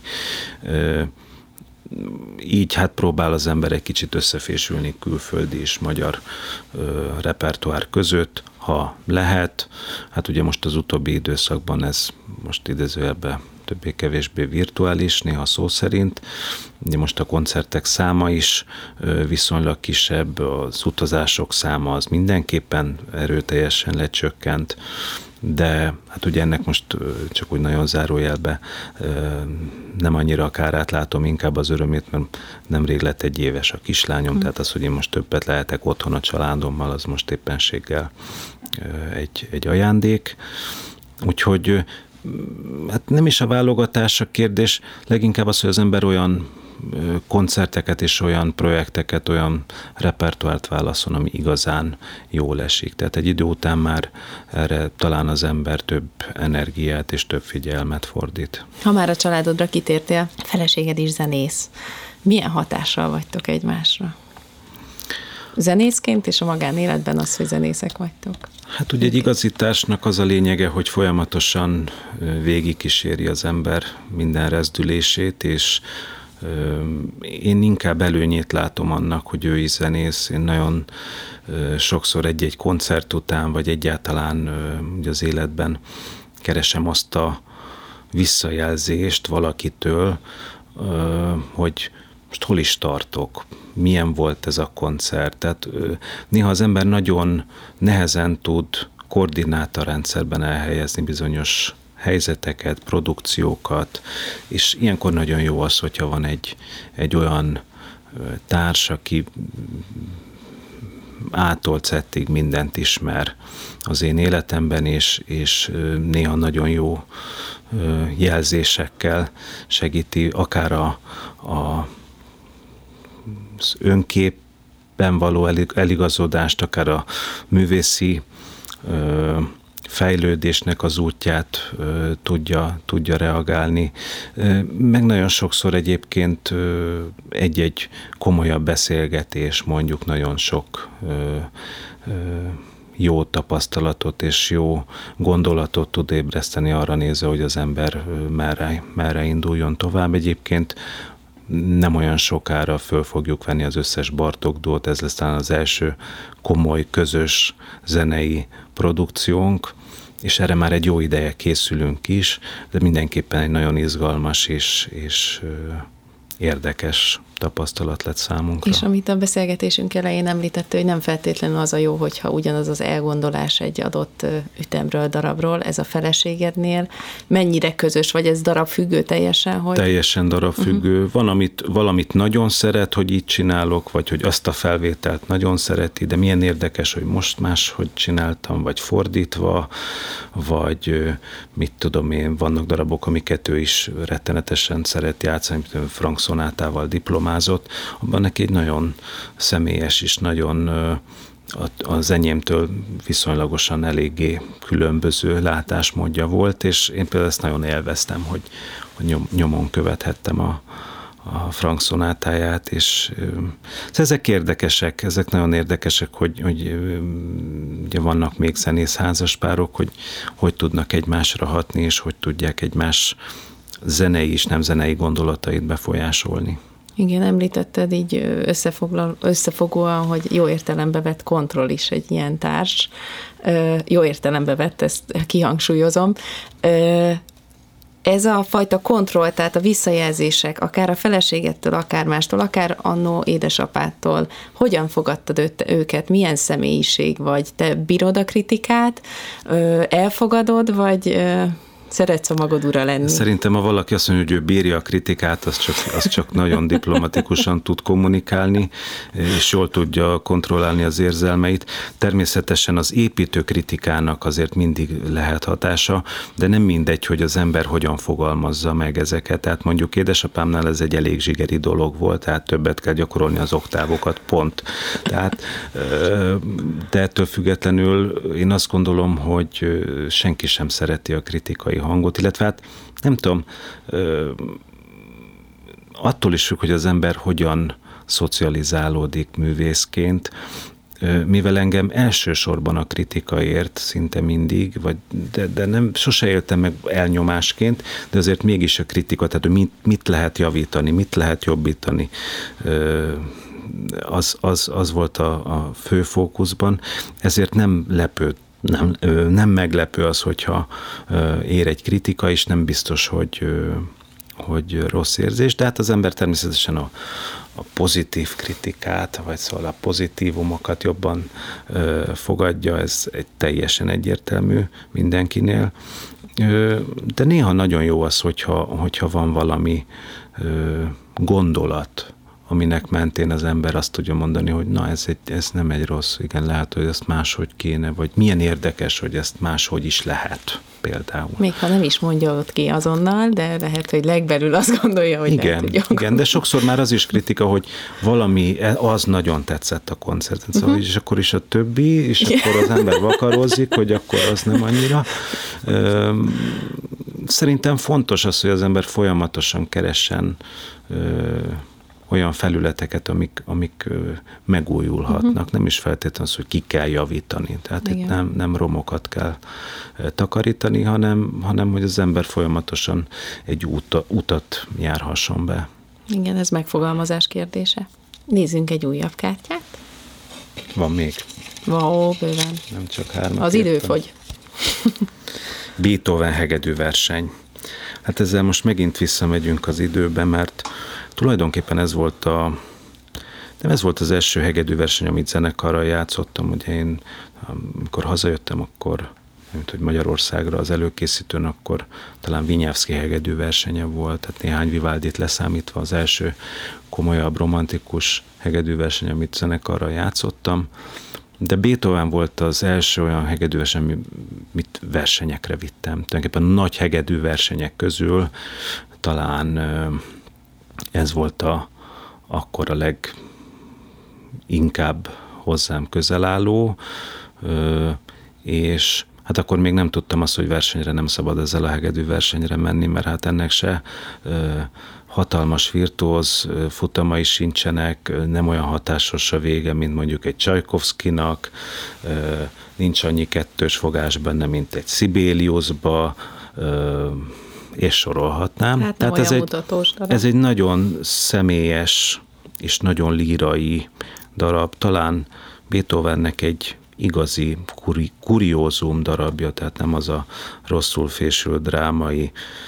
Így hát próbál az ember egy kicsit összefésülni külföldi és magyar repertoár között, ha lehet. Hát ugye most az utóbbi időszakban ez most idézőjelben többé-kevésbé virtuális, néha szó szerint. De most a koncertek száma is viszonylag kisebb, az utazások száma az mindenképpen erőteljesen lecsökkent, de hát ugye ennek most csak úgy nagyon zárójelbe nem annyira a kárát látom, inkább az örömét, mert nemrég lett egy éves a kislányom, tehát az, hogy én most többet lehetek otthon a családommal, az most éppenséggel egy ajándék. Úgyhogy hát nem is a válogatás a kérdés, leginkább az, hogy az ember olyan koncerteket és olyan projekteket, olyan repertoárt válaszol, ami igazán jól esik. Tehát egy idő után már erre talán az ember több energiát és több figyelmet fordít. Ha már a családodra kitértél, feleséged is zenész. Milyen hatással vagytok egymásra? Zenészként és a magánéletben az, hogy zenészek vagytok? Hát ugye egy igazításnak az a lényege, hogy folyamatosan végigkíséri az ember minden rezdülését, és én inkább előnyét látom annak, hogy ő is zenész. Én nagyon sokszor egy-egy koncert után, vagy egyáltalán ugye az életben keresem azt a visszajelzést valakitől, hogy most hol is tartok, milyen volt ez a koncert. Tehát néha az ember nagyon nehezen tud koordinátorrendszerben elhelyezni bizonyos helyzeteket, produkciókat, és ilyenkor nagyon jó az, hogyha van egy olyan társ, aki A-tól Z-ig mindent ismer az én életemben, és néha nagyon jó jelzésekkel segíti akár az önképben való eligazodást, akár a művészi fejlődésnek az útját tudja reagálni. Meg nagyon sokszor egyébként egy-egy komolyabb beszélgetés mondjuk nagyon sok jó tapasztalatot és jó gondolatot tud ébreszteni arra nézve, hogy az ember merre induljon tovább. Egyébként nem olyan sokára föl fogjuk venni az összes Bartók duót, ez lesz talán az első komoly, közös zenei produkciónk, és erre már egy jó ideje készülünk is, de mindenképpen egy nagyon izgalmas és érdekes tapasztalat lett számunkra. És amit a beszélgetésünk elején említette, hogy nem feltétlenül az a jó, hogyha ugyanaz az elgondolás egy adott ütemről, darabról, ez a feleségednél. Mennyire közös, vagy ez darabfüggő teljesen? Hogy... Teljesen darabfüggő. Van, valamit nagyon szeret, hogy így csinálok, vagy hogy azt a felvételt nagyon szereti, de milyen érdekes, hogy most máshogy csináltam, vagy fordítva, vagy mit tudom én, vannak darabok, amiket ő is rettenetesen szeret játszani, mint Frank Sonátával diplomázott, abban neki egy nagyon személyes és nagyon az enyémtől viszonylagosan eléggé különböző látásmódja volt, és én például ezt nagyon élveztem, hogy nyomon követhettem a Frank Sonátáját, és ezek érdekesek, ezek nagyon érdekesek, hogy ugye vannak még zenész házaspárok, hogy tudnak egymásra hatni, és hogy tudják egymás zenei és nem zenei gondolatait befolyásolni. Igen, említetted így összefogóan, hogy jó értelembe vett kontroll is egy ilyen társ. Jó értelembe vett, ezt kihangsúlyozom. Ez a fajta kontroll, tehát a visszajelzések, akár a feleségettől, akár mástól, akár annó édesapától, hogyan fogadtad őket, milyen személyiség vagy? Te bírod a kritikát, elfogadod, vagy... Szeretsz a magad ura lenni? Szerintem, ha valaki azt mondja, hogy ő bírja a kritikát, az csak nagyon diplomatikusan tud kommunikálni, és jól tudja kontrollálni az érzelmeit. Természetesen az építő kritikának azért mindig lehet hatása, de nem mindegy, hogy az ember hogyan fogalmazza meg ezeket. Tehát mondjuk édesapámnál ez egy elég zsigeri dolog volt, tehát többet kell gyakorolni az oktávokat, pont. Tehát, de ettől függetlenül én azt gondolom, hogy senki sem szereti a kritikai hangot, illetve hát nem tudom, attól is függ, hogy az ember hogyan szocializálódik művészként, mivel engem elsősorban a kritika ért szinte mindig, de nem, sose éltem meg elnyomásként, de azért mégis a kritika, tehát hogy mit lehet javítani, mit lehet jobbítani, az volt a fő fókuszban, ezért nem nem meglepő az, hogyha ér egy kritika, és nem biztos, hogy rossz érzés, de hát az ember természetesen a pozitív kritikát, vagy szóval a pozitívumokat jobban fogadja, ez egy teljesen egyértelmű mindenkinél. De néha nagyon jó az, hogyha van valami gondolat, aminek mentén az ember azt tudja mondani, hogy na, ez nem egy rossz, igen, lehet, hogy ezt máshogy kéne, vagy milyen érdekes, hogy ezt máshogy is lehet. például. Még ha nem is mondja ott ki azonnal, de lehet, hogy legbelül azt gondolja, hogy igen, nem tudja. Igen, de sokszor már az is kritika, hogy valami, az nagyon tetszett a koncerten, szóval, és akkor is a többi, és akkor az ember vakarozik, hogy akkor az nem annyira. Szerintem fontos az, hogy az ember folyamatosan keressen olyan felületeket, amik megújulhatnak. Nem is feltétlenül az, hogy ki kell javítani. Tehát itt nem romokat kell takarítani, hanem hogy az ember folyamatosan egy utat járhasson be. Igen, ez megfogalmazás kérdése. Nézzünk egy újabb kártyát. Van még? Bőven. Nem csak 3. Az idő fogy. Beethoven hegedű verseny. Hát ezzel most megint visszamegyünk az időbe, mert tulajdonképpen ez volt az első hegedű verseny, amit zenekarral játszottam. Ugye én, amikor hazajöttem, akkor, mint hogy Magyarországra az előkészítőn, akkor talán Vinyavszky hegedű versenye volt, tehát néhány Vivaldit leszámítva az első komolyabb, romantikus hegedű verseny, amit zenekarral játszottam. De Beethoven volt az első olyan hegedű verseny, amit versenyekre vittem. Tulajdonképpen nagy hegedű versenyek közül talán ez volt akkor a leginkább hozzám közel álló, és hát akkor még nem tudtam azt, hogy versenyre nem szabad ezzel a hegedű versenyre menni, mert hát ennek se hatalmas virtuóz futamai sincsenek, nem olyan hatásos a vége, mint mondjuk egy Csajkovszkinak, nincs annyi kettős fogás benne, mint egy Sibeliusba, és sorolhatnám. Hát nem tehát olyan mutatós darab. Ez egy nagyon személyes és nagyon lírai darab. Talán Beethovennek egy igazi kuriózum darabja, tehát nem az a rosszul fésült drámai,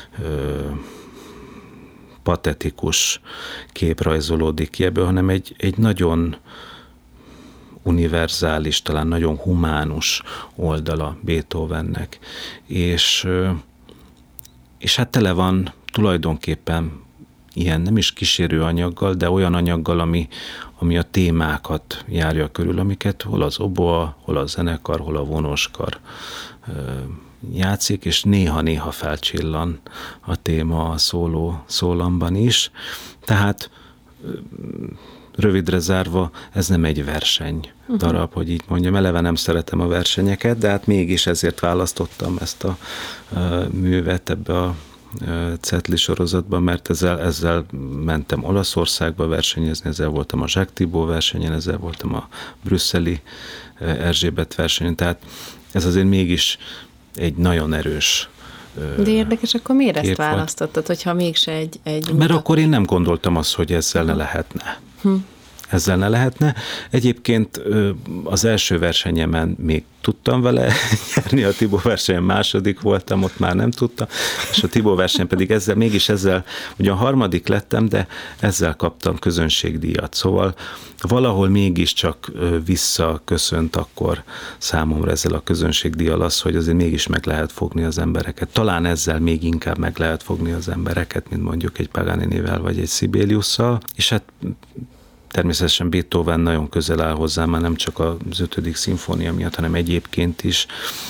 patetikus kép rajzolódik ki ebből, hanem egy nagyon univerzális, talán nagyon humánus oldala Beethovennek. És hát tele van tulajdonképpen ilyen nem is kísérő anyaggal, de olyan anyaggal, ami a témákat járja körül, amiket hol az oboa, hol a zenekar, hol a vonóskar játszik, és néha-néha felcsillan a téma a szólamban is. Tehát rövidre zárva, ez nem egy verseny darab, hogy így mondjam. Eleve nem szeretem a versenyeket, de hát mégis ezért választottam ezt a művet ebbe a Cetli sorozatban, mert ezzel mentem Olaszországba versenyezni, ezzel voltam a Jacques Thibault versenyen, ezzel voltam a brüsszeli Erzsébet versenyen, tehát ez azért mégis egy nagyon erős De érdekes, akkor miért ezt választottad, hogyha mégse egy Mert akkor én nem gondoltam azt, hogy ezzel ne lehetne. Ezzel ne lehetne. Egyébként az első versenyemen még tudtam vele nyerni, a Thibault versenyen második voltam, ott már nem tudtam, és a Thibault verseny pedig ezzel, ugyan harmadik lettem, de ezzel kaptam közönségdíjat. Szóval valahol mégiscsak visszaköszönt akkor számomra ezzel a közönségdíjjal az, hogy azért mégis meg lehet fogni az embereket. Talán ezzel még inkább meg lehet fogni az embereket, mint mondjuk egy Paganinivel vagy egy Sibeliusszal, és hát természetesen Beethoven nagyon közel áll hozzám, már nem csak az 5. szimfónia miatt, hanem egyébként is.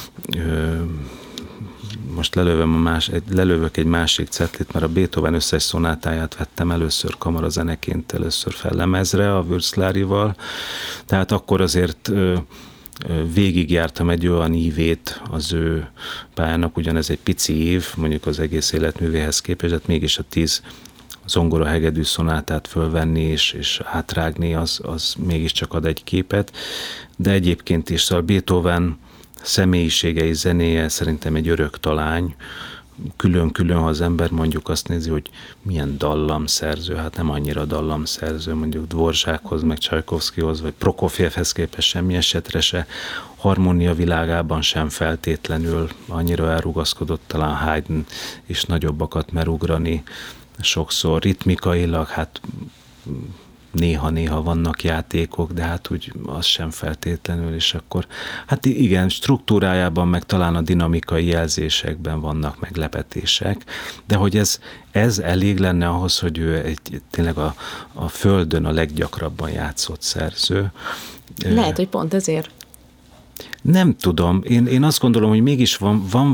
Most lelövök egy másik cetlit, mert a Beethoven összes szonátáját vettem először kamarazeneként, először fel lemezre a Würzlárival. Tehát akkor azért végigjártam egy olyan ívét az ő pályának, ugyanez egy pici ív, mondjuk az egész életművéhez képest, de mégis a 10 zongora hegedű szonátát fölvenni és átrágni, az mégiscsak ad egy képet. De egyébként is, szóval Beethoven személyisége és zenéje szerintem egy örök talány. Külön-külön, ha az ember mondjuk azt nézi, hogy milyen dallamszerző, hát nem annyira dallamszerző, mondjuk Dvorzsákhoz, meg Csajkovszkihoz, vagy Prokofjevhez képest semmi esetre se, harmónia világában sem feltétlenül annyira elrugaszkodott, talán Haydn is nagyobbakat mer ugrani, sokszor ritmikailag, hát néha-néha vannak játékok, de hát úgy az sem feltétlenül, és akkor hát igen, struktúrájában, meg talán a dinamikai jelzésekben vannak meglepetések, de hogy ez elég lenne ahhoz, hogy ő tényleg a Földön a leggyakrabban játszott szerző. Lehet, hogy pont ezért. Nem tudom. Én azt gondolom, hogy mégis van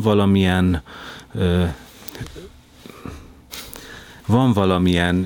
valamilyen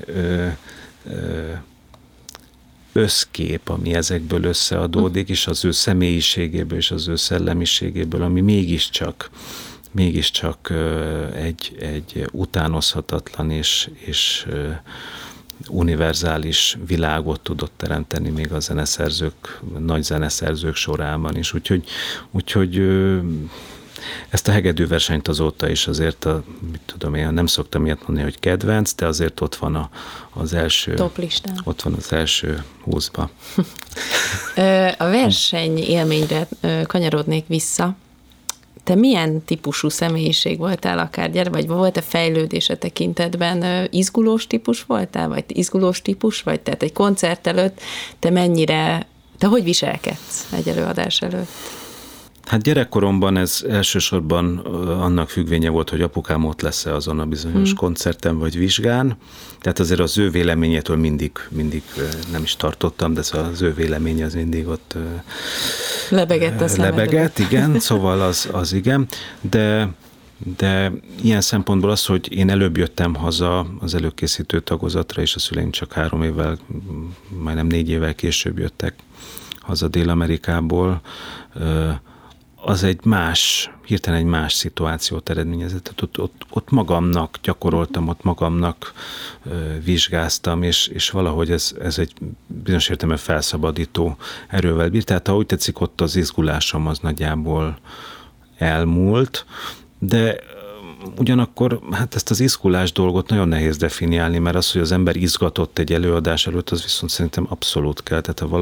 összkép, ami ezekből összeadódik, és az ő személyiségéből, és az ő szellemiségéből, ami mégiscsak egy utánozhatatlan és univerzális világot tudott teremteni még a zeneszerzők, nagy zeneszerzők sorában is. Úgyhogy ezt a hegedűversenyt azóta is azért, én nem szoktam ilyet mondani, hogy kedvenc, de azért ott van az első... Toplistán. Ott van az első 20-ba. A verseny élményre kanyarodnék vissza. Te milyen típusú személyiség voltál akár gyere, vagy volt-e fejlődése tekintetben? Izgulós típus voltál, vagy izgulós típus vagy? Tehát egy koncert előtt te hogy viselkedsz egy előadás előtt? Hát gyerekkoromban ez elsősorban annak függvénye volt, hogy apukám ott lesz-e azon a bizonyos koncerten vagy vizsgán. Tehát azért az ő véleményétől mindig nem is tartottam, de az ő véleménye az mindig ott lebegett a szemedben. Lebegett, igen, szóval az igen. De ilyen szempontból az, hogy én előbb jöttem haza az előkészítő tagozatra, és a szüleim csak 3 évvel, majdnem 4 évvel később jöttek haza Dél-Amerikából, az hirtelen egy más szituációt eredményezett. Ott magamnak gyakoroltam, ott magamnak vizsgáztam, és valahogy ez egy bizonyos értelemben felszabadító erővel bírt. Tehát ha úgy tetszik, ott az izgulásom az nagyjából elmúlt, de ugyanakkor hát ezt az izgulás dolgot nagyon nehéz definiálni, mert az, hogy az ember izgatott egy előadás előtt, az viszont szerintem abszolút kell. Tehát ha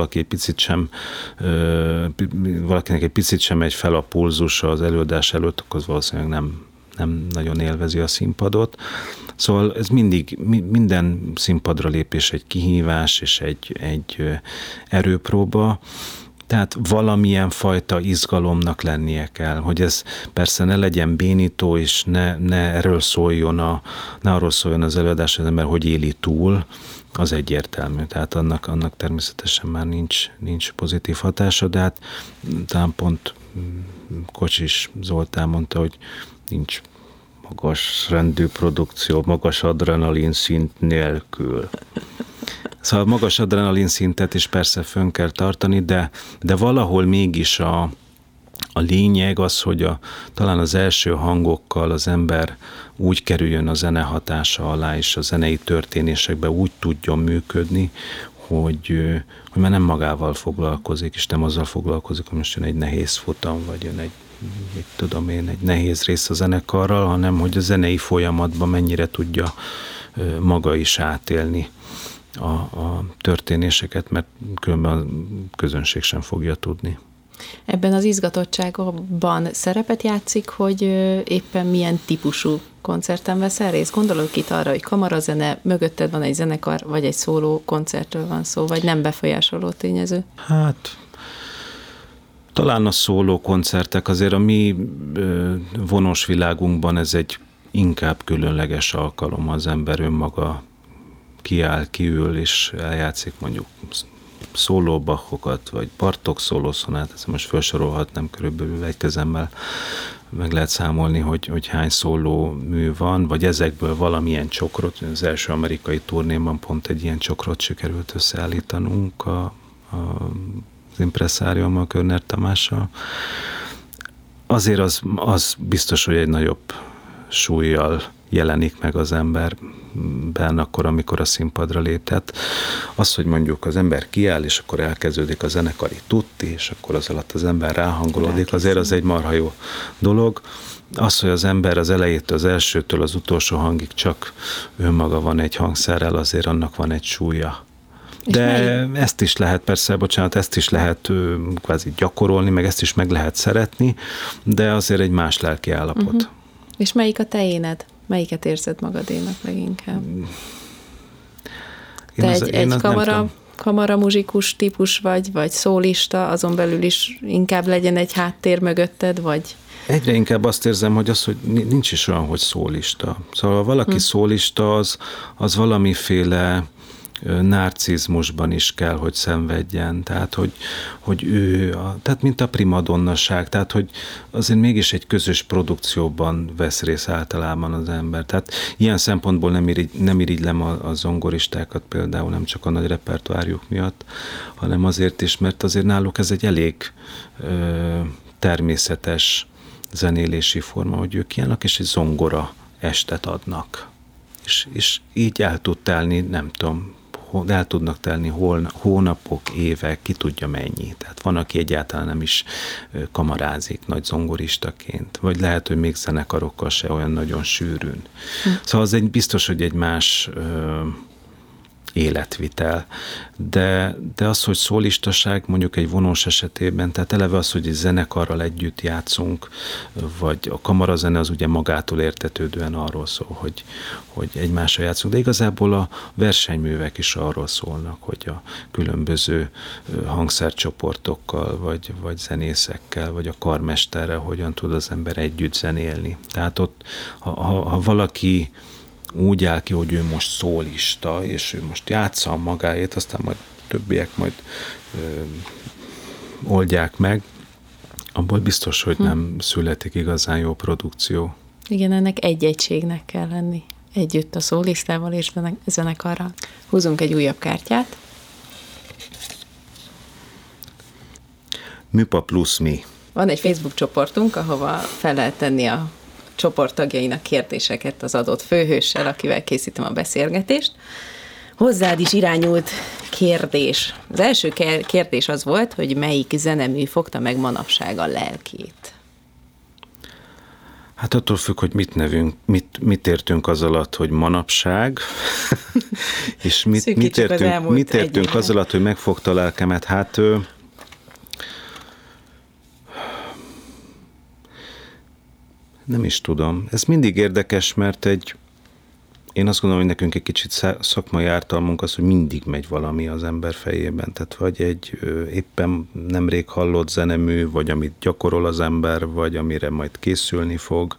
valakinek egy picit sem megy fel a pulzusa az előadás előtt, akkor az valószínűleg nem nagyon élvezi a színpadot. Szóval ez minden színpadra lépés egy kihívás és egy erőpróba. Tehát valamilyen fajta izgalomnak lennie kell, hogy ez persze ne legyen bénító, és ne arról szóljon az előadás, az ember, hogy éli túl, az egyértelmű. Tehát annak természetesen már nincs pozitív hatása, de hát talán pont Kocsis Zoltán mondta, hogy nincs magas rendű produkció, magas adrenalin szint nélkül. Szóval magas adrenalin szintet is persze fönn kell tartani, de valahol mégis a lényeg az, hogy talán az első hangokkal az ember úgy kerüljön a zene hatása alá, és a zenei történésekben úgy tudjon működni, hogy már nem magával foglalkozik, és nem azzal foglalkozik, hogy most jön egy nehéz futam, vagy jön egy nehéz rész a zenekarral, hanem hogy a zenei folyamatban mennyire tudja maga is átélni a történéseket, mert különben a közönség sem fogja tudni. Ebben az izgatottságban szerepet játszik, hogy éppen milyen típusú koncerten veszel részt? Gondolok itt arra, hogy kamarazene, mögötted van egy zenekar, vagy egy szóló koncertről van szó, vagy nem befolyásoló tényező? Hát talán a szóló koncertek, azért a mi vonós világunkban ez egy inkább különleges alkalom, az ember önmaga kiáll, kiül, és eljátszik mondjuk szólóbachokat, vagy Bartók szólószonát, ezt most felsorolhatnám, körülbelül egy kezemmel meg lehet számolni, hogy hány szóló mű van, vagy ezekből valamilyen csokrot, az első amerikai turnéban pont egy ilyen csokrot sikerült összeállítanunk az impresszáriummal, Körner Tamással. Azért az biztos, hogy egy nagyobb súllyal jelenik meg az emberben akkor, amikor a színpadra lép. Tehát az, hogy mondjuk az ember kiáll, és akkor elkezdődik a zenekari tutti, és akkor az alatt az ember ráhangolódik, azért az egy marha jó dolog. Az, hogy az ember az elejétől, az elsőtől az utolsó hangig csak önmaga van egy hangszerrel, azért annak van egy súlya. De ezt is lehet, ezt is lehet kvázi gyakorolni, meg ezt is meg lehet szeretni, de azért egy más lelki állapot. Uh-huh. És melyik a te éned? Melyiket érzed magadénak leginkább? Te egy kamaramuzsikus típus vagy szólista, azon belül is inkább legyen egy háttér mögötted, vagy? Egyre inkább azt érzem, hogy nincs is olyan, hogy szólista. Szóval valaki szólista, az valamiféle narcizmusban is kell, hogy szenvedjen, tehát hogy ő, tehát mint a primadonnaság, tehát hogy azért mégis egy közös produkcióban vesz részt általában az ember. Tehát ilyen szempontból nem irigylem a zongoristákat például, nem csak a nagy repertoárjuk miatt, hanem azért is, mert azért náluk ez egy elég természetes zenélési forma, hogy ők ilyenek, és egy zongora estet adnak. És így el tud telni, nem tudom, el tudnak telni hónapok, évek, ki tudja mennyi. Tehát van, aki egyáltalán nem is kamarázik nagy zongoristaként, vagy lehet, hogy még zenekarokkal se olyan nagyon sűrűn. Szóval az biztos, hogy egy más életvitel. De az, hogy szólistaság mondjuk egy vonós esetében, tehát eleve az, hogy egy zenekarral együtt játszunk, vagy a kamarazene az ugye magától értetődően arról szól, hogy egymással játszunk, de igazából a versenyművek is arról szólnak, hogy a különböző hangszercsoportokkal, vagy zenészekkel, vagy a karmesterrel hogyan tud az ember együtt zenélni. Tehát ott, ha valaki úgy áll ki, hogy ő most szólista, és ő most játsza magáét, aztán majd többiek majd oldják meg, abból biztos, hogy nem születik igazán jó produkció. Igen, ennek egy egységnek kell lenni. Együtt a szólistával és zenekarral. Húzunk egy újabb kártyát. Műpa plusz mi. Van egy Facebook csoportunk, ahova fel lehet tenni a csoport tagjainak kérdéseket az adott főhőssel, akivel készítem a beszélgetést. Hozzád is irányult kérdés. Az első kérdés az volt, hogy melyik zenemű fogta meg manapság a lelkét? Hát attól függ, hogy mit értünk az alatt, hogy manapság, és mit értünk az alatt, hogy megfogta a lelkemet. Hát nem is tudom. Ez mindig érdekes, mert én azt gondolom, hogy nekünk egy kicsit szakmai ártalmunk az, hogy mindig megy valami az ember fejében. Tehát vagy egy éppen nemrég hallott zenemű, vagy amit gyakorol az ember, vagy amire majd készülni fog.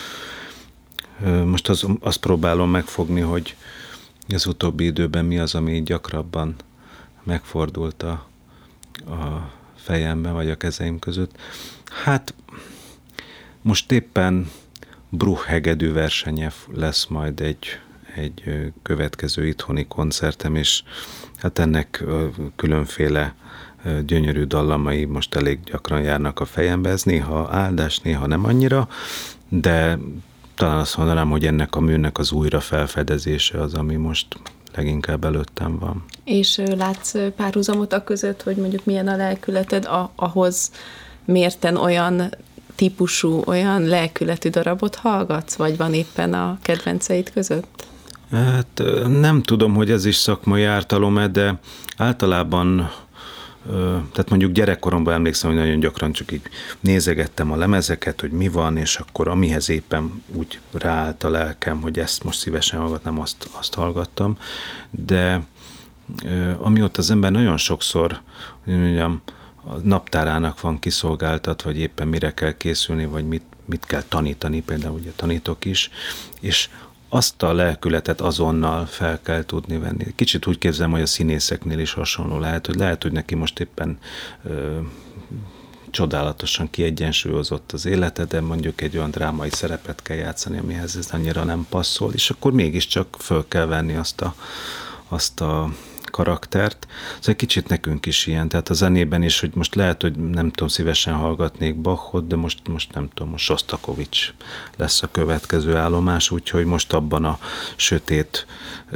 Most azt próbálom megfogni, hogy az utóbbi időben mi az, ami gyakrabban megfordult a fejemben, vagy a kezeim között. Hát most éppen Bruch hegedű versenye lesz majd egy következő itthoni koncertem, és hát ennek különféle gyönyörű dallamai most elég gyakran járnak a fejembe. Ez néha áldás, néha nem annyira, de talán azt mondanám, hogy ennek a műnek az újra felfedezése az, ami most leginkább előttem van. És látsz párhuzamot a között, hogy mondjuk milyen a lelkületed, ahhoz mérten olyan típusú, olyan lelkületű darabot hallgatsz, vagy van éppen a kedvenceid között? Hát nem tudom, hogy ez is szakmai ártalom-e, de általában, tehát mondjuk gyerekkoromban emlékszem, hogy nagyon gyakran csak így nézegettem a lemezeket, hogy mi van, és akkor amihez éppen úgy ráállt a lelkem, hogy ezt most szívesen hallgatnám, azt hallgattam. De amióta az ember nagyon sokszor, hogy mondjam, a naptárának van kiszolgáltatva, vagy éppen mire kell készülni, vagy mit kell tanítani, például ugye tanítok is, és azt a lelkületet azonnal fel kell tudni venni. Kicsit úgy képzelem, hogy a színészeknél is hasonló lehet, hogy neki most éppen csodálatosan kiegyensúlyozott az élete, de mondjuk egy olyan drámai szerepet kell játszani, amihez ez annyira nem passzol, és akkor mégiscsak föl kell venni azt a karaktert. Ez egy kicsit nekünk is ilyen, tehát a zenében is, hogy most lehet, hogy nem tudom, szívesen hallgatnék Bachot, de most nem tudom, most Sostakovics lesz a következő állomás, úgyhogy most abban a sötét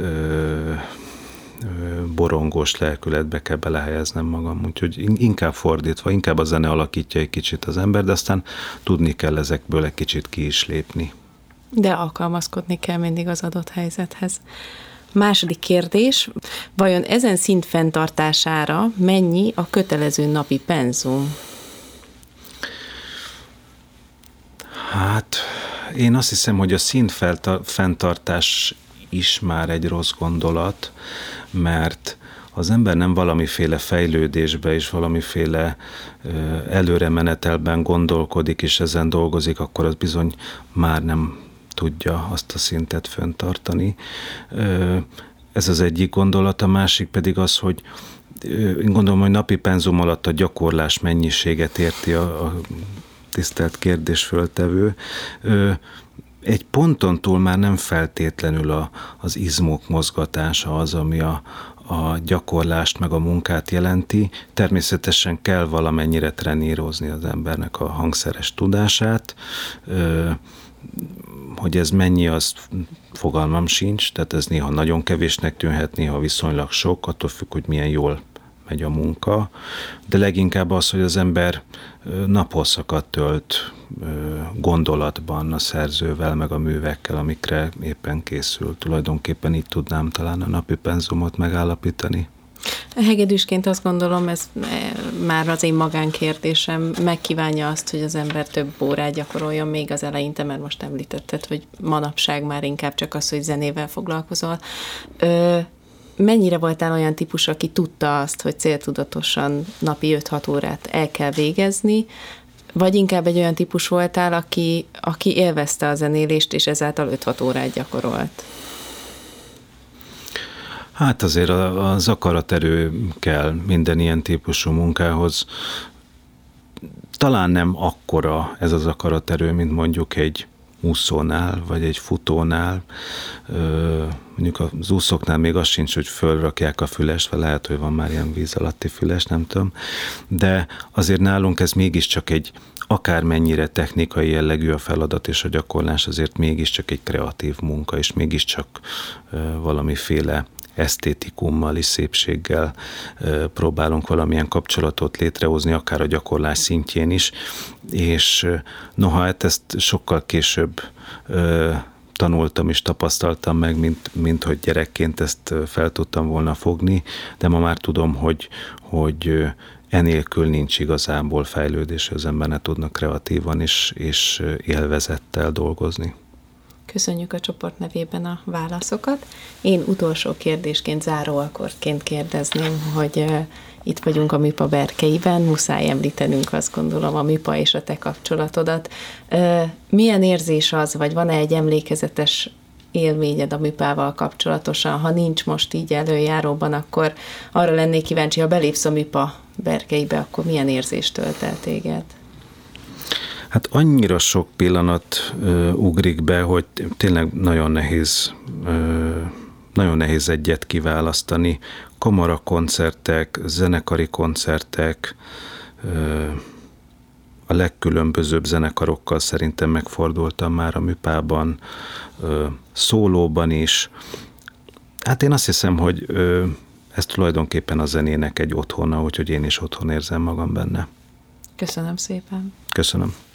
borongós lelkületbe kell belehelyeznem magam, úgyhogy inkább fordítva, inkább a zene alakítja egy kicsit az ember, de aztán tudni kell ezekből egy kicsit ki is lépni. De alkalmazkodni kell mindig az adott helyzethez. Második kérdés, vajon ezen szint fenntartására mennyi a kötelező napi penzum? Hát én azt hiszem, hogy a szint fenntartás is már egy rossz gondolat, mert az ember nem valamiféle fejlődésbe és valamiféle előremenetelben gondolkodik, és ezen dolgozik, akkor az bizony már nem tudja azt a szintet fenntartani. Ez az egyik gondolat, a másik pedig az, hogy én gondolom, hogy napi penzum alatt a gyakorlás mennyiséget érti a tisztelt kérdésföltevő. Egy ponton túl már nem feltétlenül az izmok mozgatása az, ami a gyakorlást meg a munkát jelenti. Természetesen kell valamennyire trenírozni az embernek a hangszeres tudását, hogy ez mennyi, az fogalmam sincs, tehát ez néha nagyon kevésnek tűnhet, néha viszonylag sok, attól függ, hogy milyen jól megy a munka, de leginkább az, hogy az ember naphosszakat tölt gondolatban a szerzővel, meg a művekkel, amikre éppen készül. Tulajdonképpen így tudnám talán a napi penzumot megállapítani. Hegedűsként azt gondolom, ez már az én magánkérdésem, megkívánja azt, hogy az ember több órát gyakoroljon még az eleinte, mert most említetted, hogy manapság már inkább csak az, hogy zenével foglalkozol. Mennyire voltál olyan típus, aki tudta azt, hogy céltudatosan napi 5-6 órát el kell végezni, vagy inkább egy olyan típus voltál, aki élvezte a zenélést, és ezáltal 5-6 órát gyakorolt? Hát azért az akaraterő kell minden ilyen típusú munkához. Talán nem akkora ez az akaraterő, mint mondjuk egy úszónál, vagy egy futónál. Mondjuk az úszóknál még az sincs, hogy fölrakják a fülest, vagy lehet, hogy van már ilyen víz alatti füles, nem tudom. De azért nálunk ez mégiscsak egy akármennyire technikai jellegű a feladat és a gyakorlás, azért mégiscsak egy kreatív munka, és mégiscsak valamiféle esztétikummal és szépséggel próbálunk valamilyen kapcsolatot létrehozni, akár a gyakorlás szintjén is, és noha hát ezt sokkal később tanultam és tapasztaltam meg, mint hogy gyerekként ezt fel tudtam volna fogni, de ma már tudom, hogy enélkül nincs igazából fejlődés, hogy az ember ne tudna kreatívan és élvezettel dolgozni. Köszönjük a csoport nevében a válaszokat. Én utolsó kérdésként, záróakkordként kérdezném, hogy itt vagyunk a MIPA berkeiben, muszáj említenünk, azt gondolom, a MIPA és a te kapcsolatodat. Milyen érzés az, vagy van-e egy emlékezetes élményed a MIPA-val kapcsolatosan? Ha nincs most így előjáróban, akkor arra lennék kíváncsi, ha belépsz a MIPA berkeibe, akkor milyen érzést tölt el téged? Hát annyira sok pillanat ugrik be, hogy tényleg nagyon nehéz egyet kiválasztani. Kamarakoncertek, zenekari koncertek, a legkülönbözőbb zenekarokkal szerintem megfordultam már a MIPA-ban, szólóban is. Hát én azt hiszem, hogy ez tulajdonképpen a zenének egy otthona, úgyhogy én is otthon érzem magam benne. Köszönöm szépen. Köszönöm.